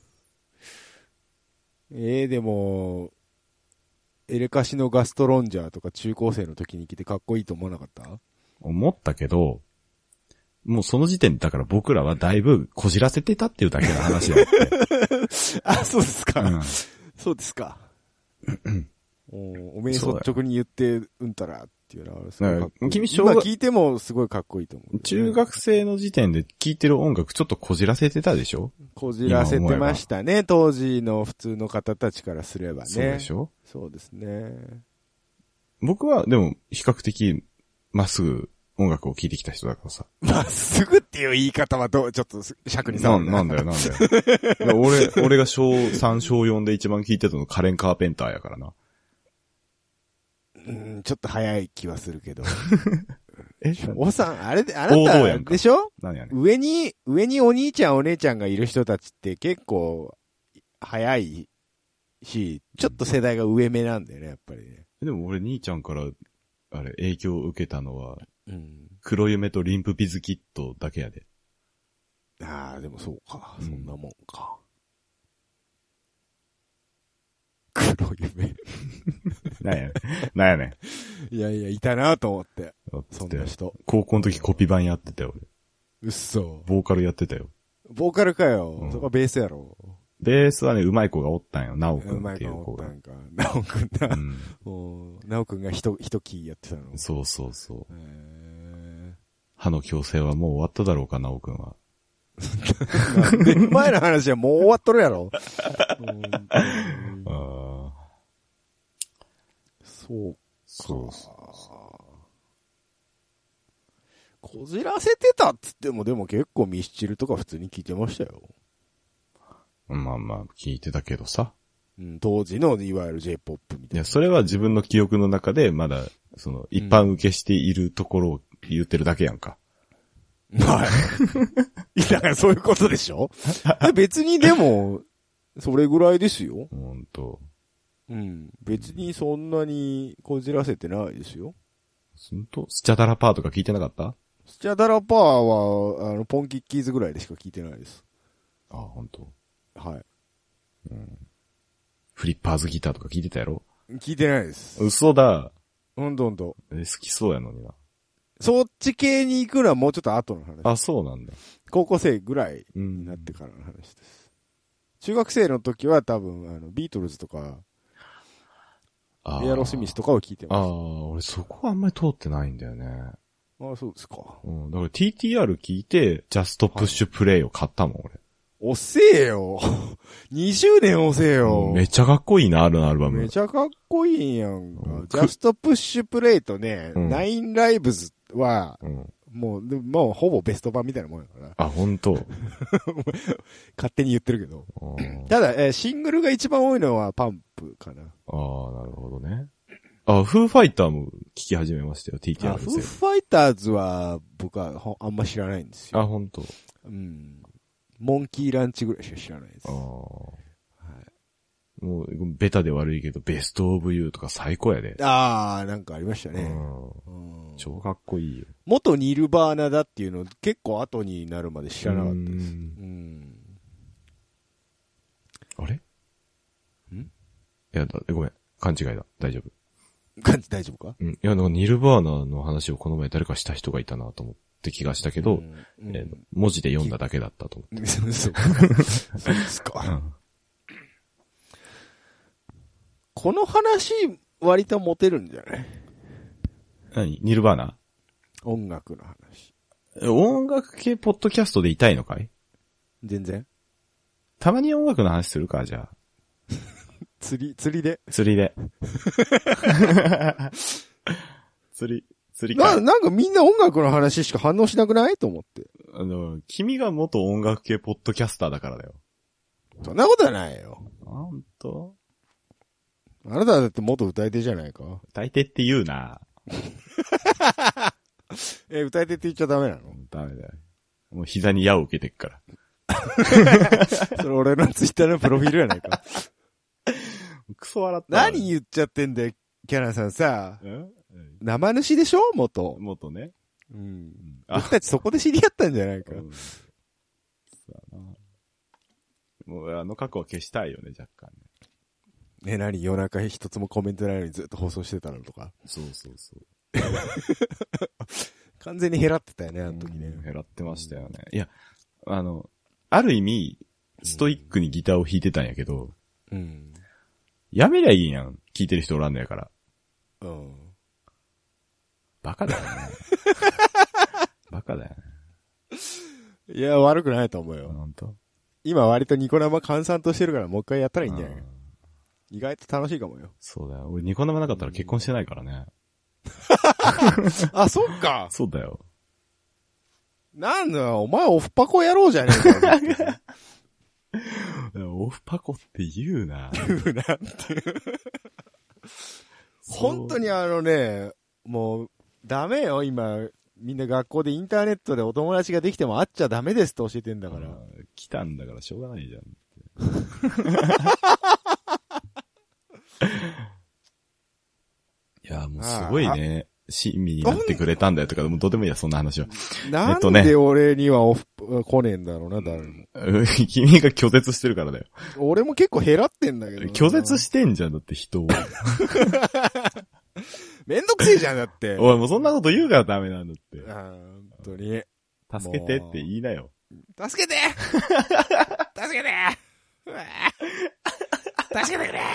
ええー、でも、エレカシのガストロンジャーとか中高生の時に来てかっこいいと思わなかった？ 思ったけど、 もうその時点でだから僕らはだいぶこじらせてたっていうだけの話だって。 あ、そうですか。 うん、 そうですか。お, おめえ率直に言って、うんたらっていうのはすごいかっこいい。君小学今聞いてもすごいかっこいいと思う、ね。 中学生の時点で聴いてる音楽ちょっとこじらせてたでしょ？ こじらせてましたね。当時の普通の方たちからすればね。 そうでしょ？ そうですね。 僕はでも比較的まっすぐ音楽を聴いてきた人だからさ。 まっすぐっていう言い方はどう、ちょっと尺に触るな。なんだよなんだよ。俺、俺が小さん、小よんで一番聴いてたのカレン・カーペンターやからな。 うん、ちょっと早い気はするけど。 えおさん、あれで、あなたでしょ？ 何やねん。上に、上にお兄ちゃんお姉ちゃんがいる人たちって結構、早いし、ちょっと世代が上目なんだよね、やっぱりね。 でも俺兄ちゃんから、あれ、影響を受けたのは、 うん、 黒夢とリンプビズキットだけやで。 ああ、でもそうか、うん。そんなもんか。黒夢。 なんやねん。なんやねん。いやいや、いたなと思って。そんな人。 高校の時コピ版やってたよ、俺。 うっそ。 ボーカルやってたよ。 ボーカルかよ。うん、そこはベースやろ。 ベースはね、うまい子がおったんよ。ナオくんっていう子が。 うまい子がおったんか。ナオくんな。うん。ナオくんが一、一キーやってたの。 そうそうそう。へ歯の矯正はもう終わっただろうか、ナオくんは。 なんで前の話はもう終わっとるやろ。 あそうか。 そうそう。 こじらせてたっつってもでも結構ミスチルとか普通に聞いてましたよ。 まあまあ、聞いてたけどさ。 うん、当時のいわゆる J-ポップ みたいな。 いや、それは自分の記憶の中でまだ、その、一般受けしているところを言ってるだけやんか。 はい。だからそういうことでしょ？別にでも、それぐらいですよ。 ほんと。 うん。別にそんなにこじらせてないですよ。 ほんと？スチャダラパーとか聞いてなかった？ スチャダラパーは、あの、ポンキッキーズぐらいでしか聞いてないです。 ああ、ほんと。 はい。 うん。フリッパーズギターとか聞いてたやろ？ 聞いてないです。 嘘だ。 ほんとほんと。 え、好きそうやのにな。 そっち系に行くのはもうちょっと後の話。 あ、そうなんだ。 高校生ぐらいになってからの話です。うん、中学生の時は多分、あの、ビートルズとか、エアロスミスとかを聞いてます。 ああ、俺そこはあんまり通ってないんだよね。 ああ、そうですか。 うん。だから ティーティーアール 聞いて、ジャストプッシュプレイを買ったもん、はい、俺。 遅えよ。にじゅうねん遅えよ。 めっちゃかっこいいな、あるアルバム。 めちゃかっこいいんやんか。うん、ジャストプッシュプレイとね、うん、ナインライブズは、うん、もう、もうほぼベスト版みたいなもんやから。 あ、ほんと勝手に言ってるけど。ただ、えー、シングルが一番多いのはパンプかな。 ああ、なるほどね。あ、フーファイターも聞き始めましたよ、ティーティーアール。 フーファイターズは僕はあんま知らないんですよ。 あ、ほんと。 うん。モンキーランチぐらいしか知らないです。ああ。 はい。もう、ベタで悪いけど、ベストオブユーとか最高やで。 ああ、なんかありましたね。 うん。超かっこいいよ。 元ニルバーナだっていうの結構後になるまで知らなかったです。うん。 あれんいやだ、ごめん。勘違いだ。大丈夫。 勘違い大丈夫か？ うん。いや、なんかニルバーナの話をこの前誰かした人がいたなと思って気がしたけど、うんうん、えー、文字で読んだだけだったと思って。 そうそうですか。うん、この話、割とモテるんじゃない？ 何？ニルバーナ？ 音楽の話。 音楽系ポッドキャストでいたいのかい？ 全然。 たまに音楽の話するか、じゃあ。 釣り、釣りで。 釣りで。釣り、釣りか。 な、なんかみんな音楽の話しか反応しなくないと思って。 あの、君が元音楽系ポッドキャスターだからだよ。 そんなことはないよ。 ほんと？ あなたはだって元歌い手じゃないか。 歌い手って言うな。 え、歌い手って言っちゃダメなの？ ダメだよ。もう膝に矢を受けてっから。 それ俺のツイッターのプロフィールやないか。 クソ笑った。 何言っちゃってんだよ、キャラさんさ。生主でしょ？元。 元ね。 うん。僕たちそこで知り合ったんじゃないか。うん、 そうな。もうあの過去は消したいよね、若干ね。ね、何夜中一つもコメントないのにずっと放送してたのとか。 そうそうそう。 完全に減らってたよね、あの時ね。 減らってましたよね。いや、あの、ある意味、ストイックにギターを弾いてたんやけど、 うん。 やめりゃいいやん。聴いてる人おらんのやから。 うん。 バカだよね。バカだよね。 いや、悪くないと思うよ。 本当。 今割とニコ生閑散としてるからもう一回やったらいいんじゃない？意外と楽しいかもよ。 そうだよ。俺ニコ生なかったら結婚してないからね。 あ、そっか。 そうだよ。 なんだよ、お前オフパコ野郎じゃねえか。 オフパコって言うな。 言うなって。本当にあのね、もう、ダメよ、今。みんな学校でインターネットでお友達ができても会っちゃダメですって教えてんだから。 来たんだからしょうがないじゃん。いや、もうすごいね。親身になってくれたんだよとか、もうどうでもいいや、そんな話は。 なんで俺にはオフ、来ねえんだろうな、誰も。 君が拒絶してるからだよ。 俺も結構減らってんだけど。 拒絶してんじゃん、だって人を。 めんどくせえじゃん、だって。 おい、もうそんなこと言うからダメなんだって。 ああ、本当に。 助けてって言いなよ。 助けて助けて助けてくれ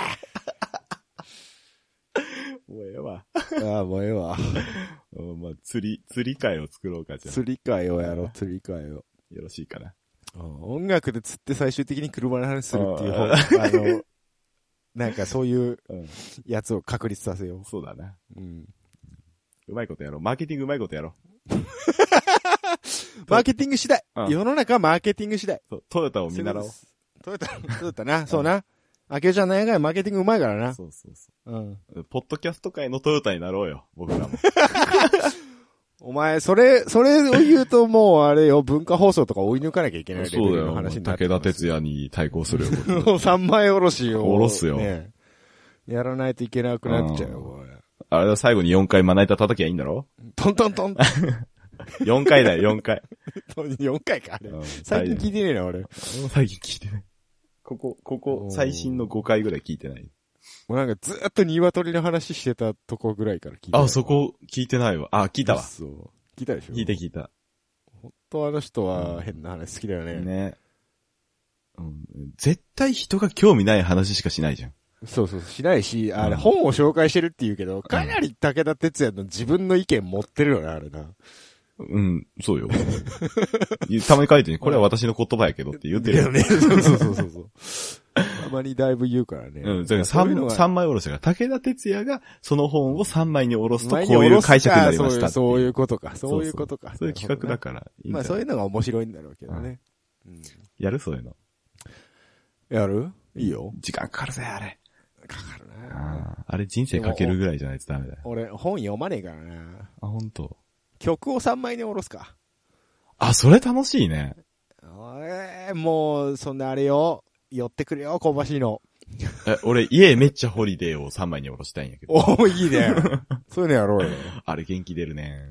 もうええわ。 ああ、もうええわ。 まあ、釣り、釣り会を作ろうか、じゃあ。 釣り会をやろう、釣り会を。 よろしいかな。 音楽で釣って最終的に車の話するっていう方、あの、なんかそういうやつを確立させよう。 そうだな。 うん。 うまいことやろう。マーケティングうまいことやろう。 マーケティング次第。うん、世の中はマーケティング次第。 そうトヨタを見習おう。 トヨタ、トヨタな。そうな。あけちゃんの映画マーケティングうまいからな。 そうそうそう。 うん。 ポッドキャスト界のトヨタになろうよ。僕らも。 お前、それ、それを言うともうあれよ、文化放送とか追い抜かなきゃいけないレベルの話になって。 武田鉄矢に対抗するよ。 もう三枚おろしを。 おろすよ。 ね。やらないといけなくなっちゃうよ、 あれだ、最後によんかいまな板叩きゃいいんだろ？ トントントン。 よんかいだよ、よんかい。 よんかいか、あれ。最近聞いてねえな、俺。 最近聞いてない。ここ、ここ、最新のごかいぐらい聞いてない。 もうなんかずーっと鶏の話してたとこぐらいから聞いてあ、そこ聞いてないわ。あ、聞いたわ。 そう。聞いたでしょ？ 聞いた聞いた。 本当あの人は変な話好きだよね。 ね。うん。絶対人が興味ない話しかしないじゃん。 そうそう、しないし、あれ、本を紹介してるって言うけど、かなり武田鉄矢の自分の意見持ってるよね、あれな。 うん、そうよ。たまに書いてね、これは私の言葉やけどって言ってるよね。 そうそうそうそう。たまにだいぶ言うからね。 うん、だから三、三枚おろしが、武田鉄矢がその本を三枚におろすとこういう解釈になりましたっていう。 そういうことか、そういうことか。 そういう企画だからいい。 まあそういうのが面白いんだろうけどね。 うん、やるそういうの。 やる？いいよ。 時間かかるぜ、あれ。 かかるなあ, あれ人生かけるぐらいじゃないとダメだよ。 俺、本読まねえからな。 あ、ほんと。 曲を三枚におろすか。 あ、それ楽しいね。 えー、もう、そんなあれよ。寄ってくるよ、香ばしいの。 え、俺、家めっちゃホリデーを三枚におろしたいんやけど。 おー、いいね。そういうのやろうよ。 あれ元気出るね。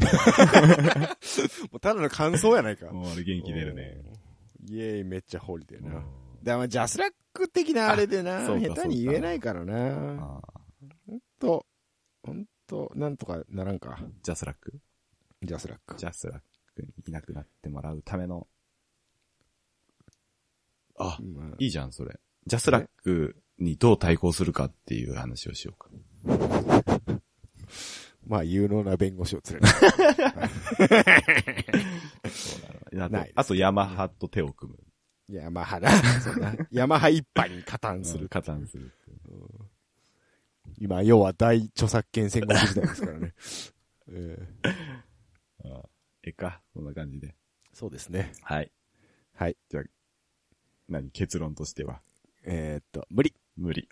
もうただの感想やないか。 もうあれ元気出るね。 イエーイめっちゃホリデーな。だからジャスラック的なあれでな、下手に言えないからな。ほんと、ほんと、なんとかならんか。 ジャスラックジャスラック。 ジャスラックにいなくなってもらうための。あ、まあ、いいじゃん、それ。ジャスラックにどう対抗するかっていう話をしようか。 まあ、有能な弁護士を連れて。 そうだな。あと、ヤマハと手を組む。 ヤマハな。そうな。ヤマハ一派に加担する。 加担する。 今、要は大著作権戦国時代ですからね。えー、ああええか、そんな感じで。 そうですね。 はい。 はい。 じゃあ、何、結論としては。 えー、っと、無理。 無理。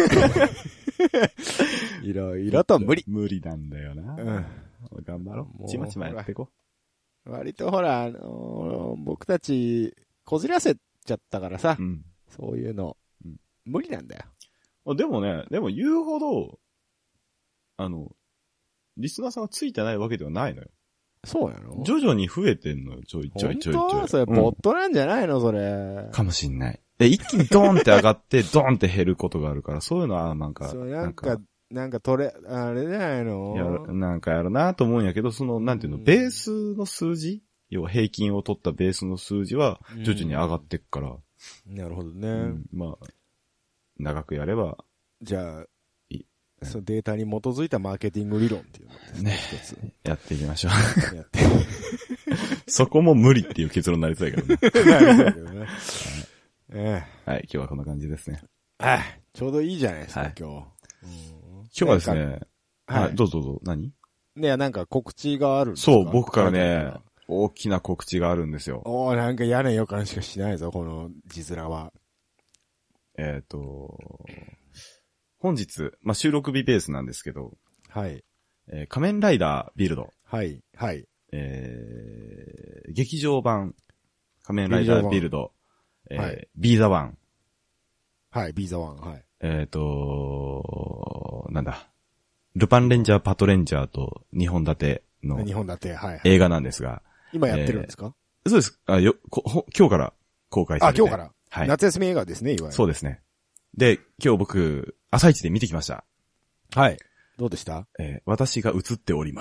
いろいろと無理。 無理なんだよな。 うん。 頑張ろう。ちまちまやってこ。 割とほら、あのー、僕たち、こじらせちゃったからさ。うん。そういうの、うん、無理なんだよ。 でもね、でも言うほど、あの、リスナーさんがついてないわけではないのよ。 そうやの？ 徐々に増えてんのよ、ちょいちょいちょいちょい。 本当？それ、ボットなんじゃないの、それ。 かもしんない。で、一気にドーンって上がって、ドーンって減ることがあるから、そういうのはなんか。 そう、なんか、 なんか取れ、あれじゃないのやる、なんかやるなと思うんやけど、その、なんていうの、ベースの数字要は平均を取ったベースの数字は徐々に上がっていくから。 なるほどね。 うん、まあ、長くやれば。 じゃあ、いそのデータに基づいたマーケティング理論っていうのですね。一つ。 やっていきましょう。 やってそこも無理っていう結論になりそうやけどね。 なるほどね。はい、ええはい、今日はこんな感じですね。 はい。ちょうどいいじゃないですか、 はい、 今日。うん、今日はですね、はい、はい、どうぞどうぞ、何？ ねなんか告知があるんですか？ そう、僕からね、大きな告知があるんですよ。 おー、なんか嫌な予感しかしないぞ、この字面は。 えっ、ー、と、本日、まあ、収録日ベースなんですけど、 はい。 えー、仮面ライダービルド。 はい、はい。 えー、劇場版、仮面ライダービルド、えー、はい、ビーザワン。 はい、ビーザワン、はい。 えっ、ー、と、なんだ。ルパンレンジャーパトレンジャーとにほん立てのにほん立て、はい、はい。 映画なんですが。 今やってるんですか？ えー、そうです。あよこ今日から公開されて。 あ、今日から。 はい。 夏休み映画ですね、いわゆる。 そうですね。で、今日僕、朝一で見てきました。 はい。どうでした？ えー、私が映っております。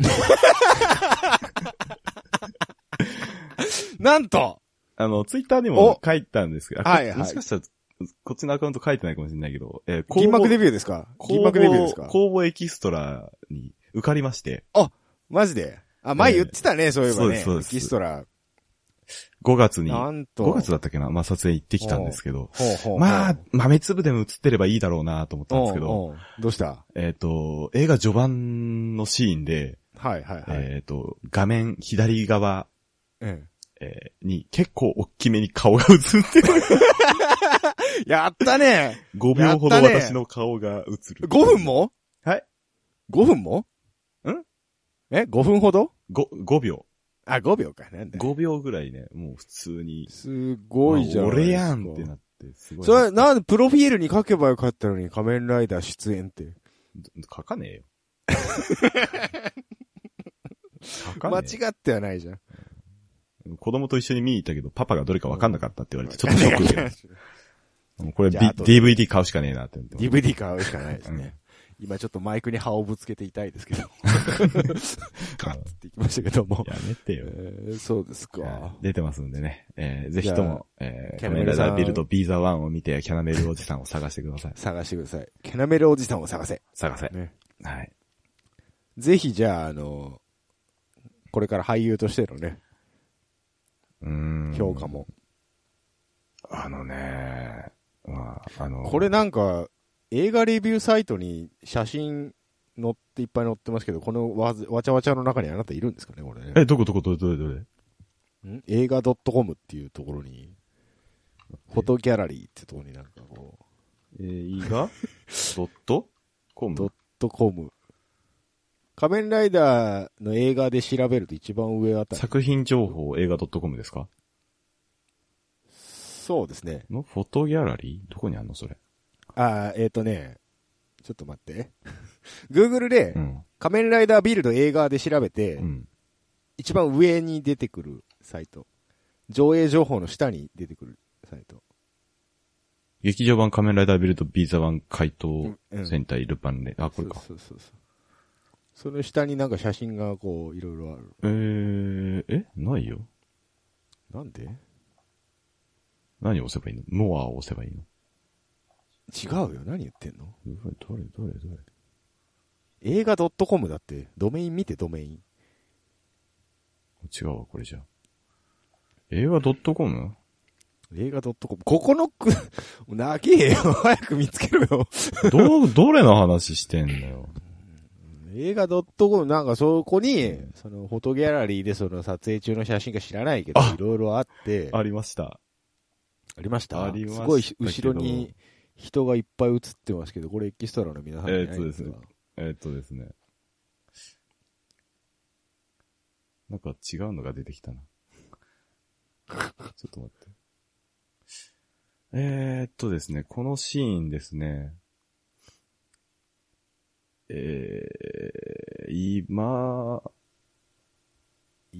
なんとあの、ツイッターにも書いたんですけど、 はいはい。 もしかしたら、こっちのアカウント書いてないかもしれないけど、えー、 銀幕デビューですか？銀幕デビューですか？ 公募エキストラに受かりまして。 あ、マジで？あ、前言ってたね、えー、そういえばね。そうです、 そうです。 エキストラ。 ごがつに、 なんとごがつだったっけな、まあ、撮影行ってきたんですけど、 ほうほうほうまあ、豆粒でも映ってればいいだろうなと思ったんですけど、 おうおうどうした？ えっ、ー、と、映画序盤のシーンで、 はいはいはい。 えっ、ー、と、画面左側、 うんえー、に結構大きめに顔が映ってる。 やったね。 ごびょうほど私の顔が映る。 ごふんも？ はい。 ごふんも？んえ ?ご 分ほど？ ご、ごびょう。 あ、ごびょうか。なんだ。 ごびょうぐらいね、もう普通に。 すごいじゃん。 まあ、俺やんってなって、すごい。 それ、なんでプロフィールに書けばよかったのに、仮面ライダー出演って。 書かねえよ。書かねえ。間違ってはないじゃん。 子供と一緒に見に行ったけど、パパがどれか分かんなかったって言われて、ちょっとショック受けた。これ、D、ディーブイディー 買うしかねえなって。 ディーブイディー 買うしかないですね。今ちょっとマイクに歯をぶつけて痛いですけど。カッっていきましたけども。 やめてよ。 えー、そうですか。 出てますんでね。えー、ぜひとも、えー、仮面ライダービルドビーザワンを見て、キャナメルおじさんを探してください。 探してください。キャナメルおじさんを探せ。 探せ。 ね。 はい。 ぜひじゃあ、あの、これから俳優としてのね、 うーん。 評価も。 あのね、まあ、あの。 これなんか、映画レビューサイトに写真載っていっぱい載ってますけど、このわわちゃわちゃの中にあなたいるんですかね、これね。 え、どこどこどれどれどれん映画 .com っていうところに、フォトギャラリーってところになんかこう。映画ドットコムドットコム。仮面ライダーの映画で調べると一番上あたり。 作品情報映画 .com ですか？ そうですね。 のフォトギャラリーどこにあんのそれ。 ああ、えっ、ー、とね、ちょっと待って。Google で、 うん、 仮面ライダービルド映画で調べて、 うん、 一番上に出てくるサイト。上映情報の下に出てくるサイト。 劇場版仮面ライダービルドビーザワン怪盗戦隊ルパンレ、うん、あ、これか。 そうそうそう。その下になんか写真がこう、いろいろある。 えー、えないよ。 なんで？ 何を押せばいいの？モアを押せばいいの？ 違うよ。何言ってんの？ どれどれどれどれ映画 .com だって、ドメイン見てドメイン。 違うわ、これじゃ。映画 .com？ 映画 .com。ここのく、なけえよ。早く見つけろよ。 ど、どれの話してんのよ。 映画 .com なんかそこに、そのフォトギャラリーでその撮影中の写真か知らないけど、いろいろあって。 ありました。 ありました。 ありました。 すごい後ろに人がいっぱい映ってますけど、これエキストラの皆さんじゃないですか？えー、っとですね。えー、っとですね。なんか違うのが出てきたな。ちょっと待って。えー、っとですね、このシーンですね。えー、今、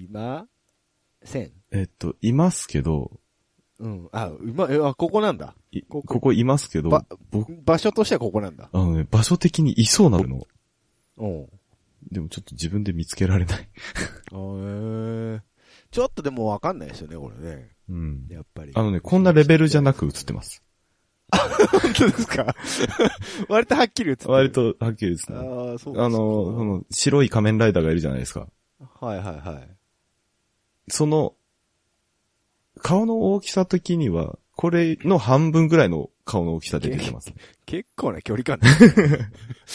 今、せん。 えっと、いますけど、 うん。あ、うま、え、あ、ここなんだ。 いここ、ここいますけど、 ば、場所としてはここなんだ。 あのね、場所的にいそうなの。 うん。 でもちょっと自分で見つけられない。 あー、ちょっとでもわかんないですよね、これね。 うん。 やっぱり。 あのね、こんなレベルじゃなく映ってます。 本当ですか？割とはっきり映ってる。 割とはっきり映ってる。 ああ、そうですか。 あの、その、白い仮面ライダーがいるじゃないですか。 はいはいはい。 その、顔の大きさ的には、これの半分ぐらいの顔の大きさで出てます。 結構な距離感ですね。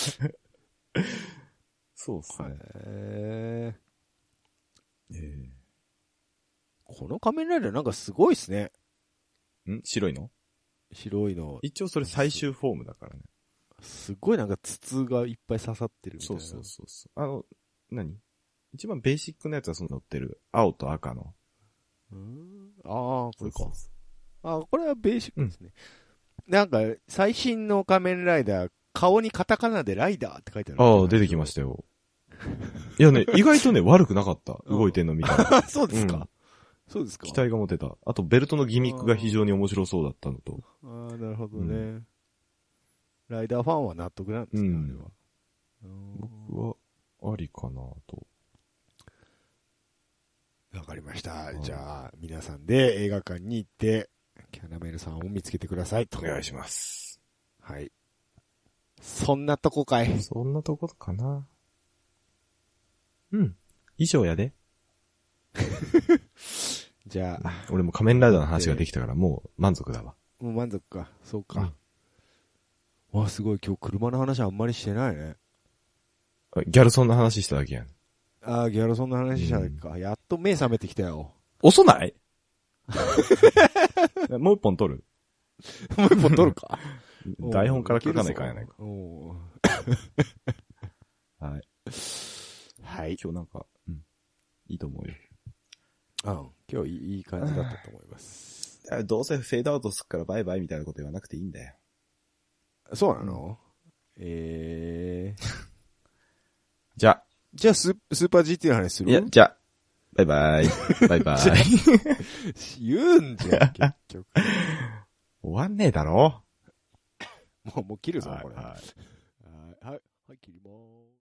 そうっすね。 へー。えーこの仮面ライダーなんかすごいっすね。 ん白いの？ 白いの。 一応それ最終フォームだからね。 すごいなんか筒がいっぱい刺さってるみたいな。 そうそうそうそう。あの、何？一番ベーシックなやつはその乗ってる。青と赤の。 うーん。ああ、これか。 そうそうそう。 ああ、これはベーシックですね。うん、なんか、最新の仮面ライダー、顔にカタカナでライダーって書いてある。 ああ、出てきましたよ。いやね、意外とね、悪くなかった。動いてんの見たら。 そうですか、 うん、 そうですか。 期待が持てた。あと、ベルトのギミックが非常に面白そうだったのと。 ああ、なるほどね、うん。ライダーファンは納得なんですね、うん、あれは。 僕は、ありかなと。 わかりました。じゃあ、皆さんで映画館に行って、キャナメルさんを見つけてくださいと。 お願いします。 はい。そんなとこかい。 そんなとこかな。うん。以上やで。 じゃあ。 俺も仮面ライダーの話ができたからもう満足だわ。 もう満足か。そうか。うん、わ、すごい。今日車の話あんまりしてないね。 ギャルソンの話しただけやん。 ああ、ギャルソンの話しただけか、うん。やっと目覚めてきたよ。 遅ないもう一本撮るもう一本撮るか台本から書かないかんやないか。はい。 はい。 今日なんか、うん。いいと思うよ。 うん。今日いい感じだったと思います。 どうせフェードアウトすっからバイバイみたいなこと言わなくていいんだよ。 そうなの、うん、えー。 じゃあ。 じゃあス、スーパー ジーティー の話する？ いや、じゃあ。バイバイ。バイバイ。 言うんじゃん、結局。 終わんねえだろ？ もう、もう切るぞ、これ。 はい、はい。 はい、はい、切りまーす。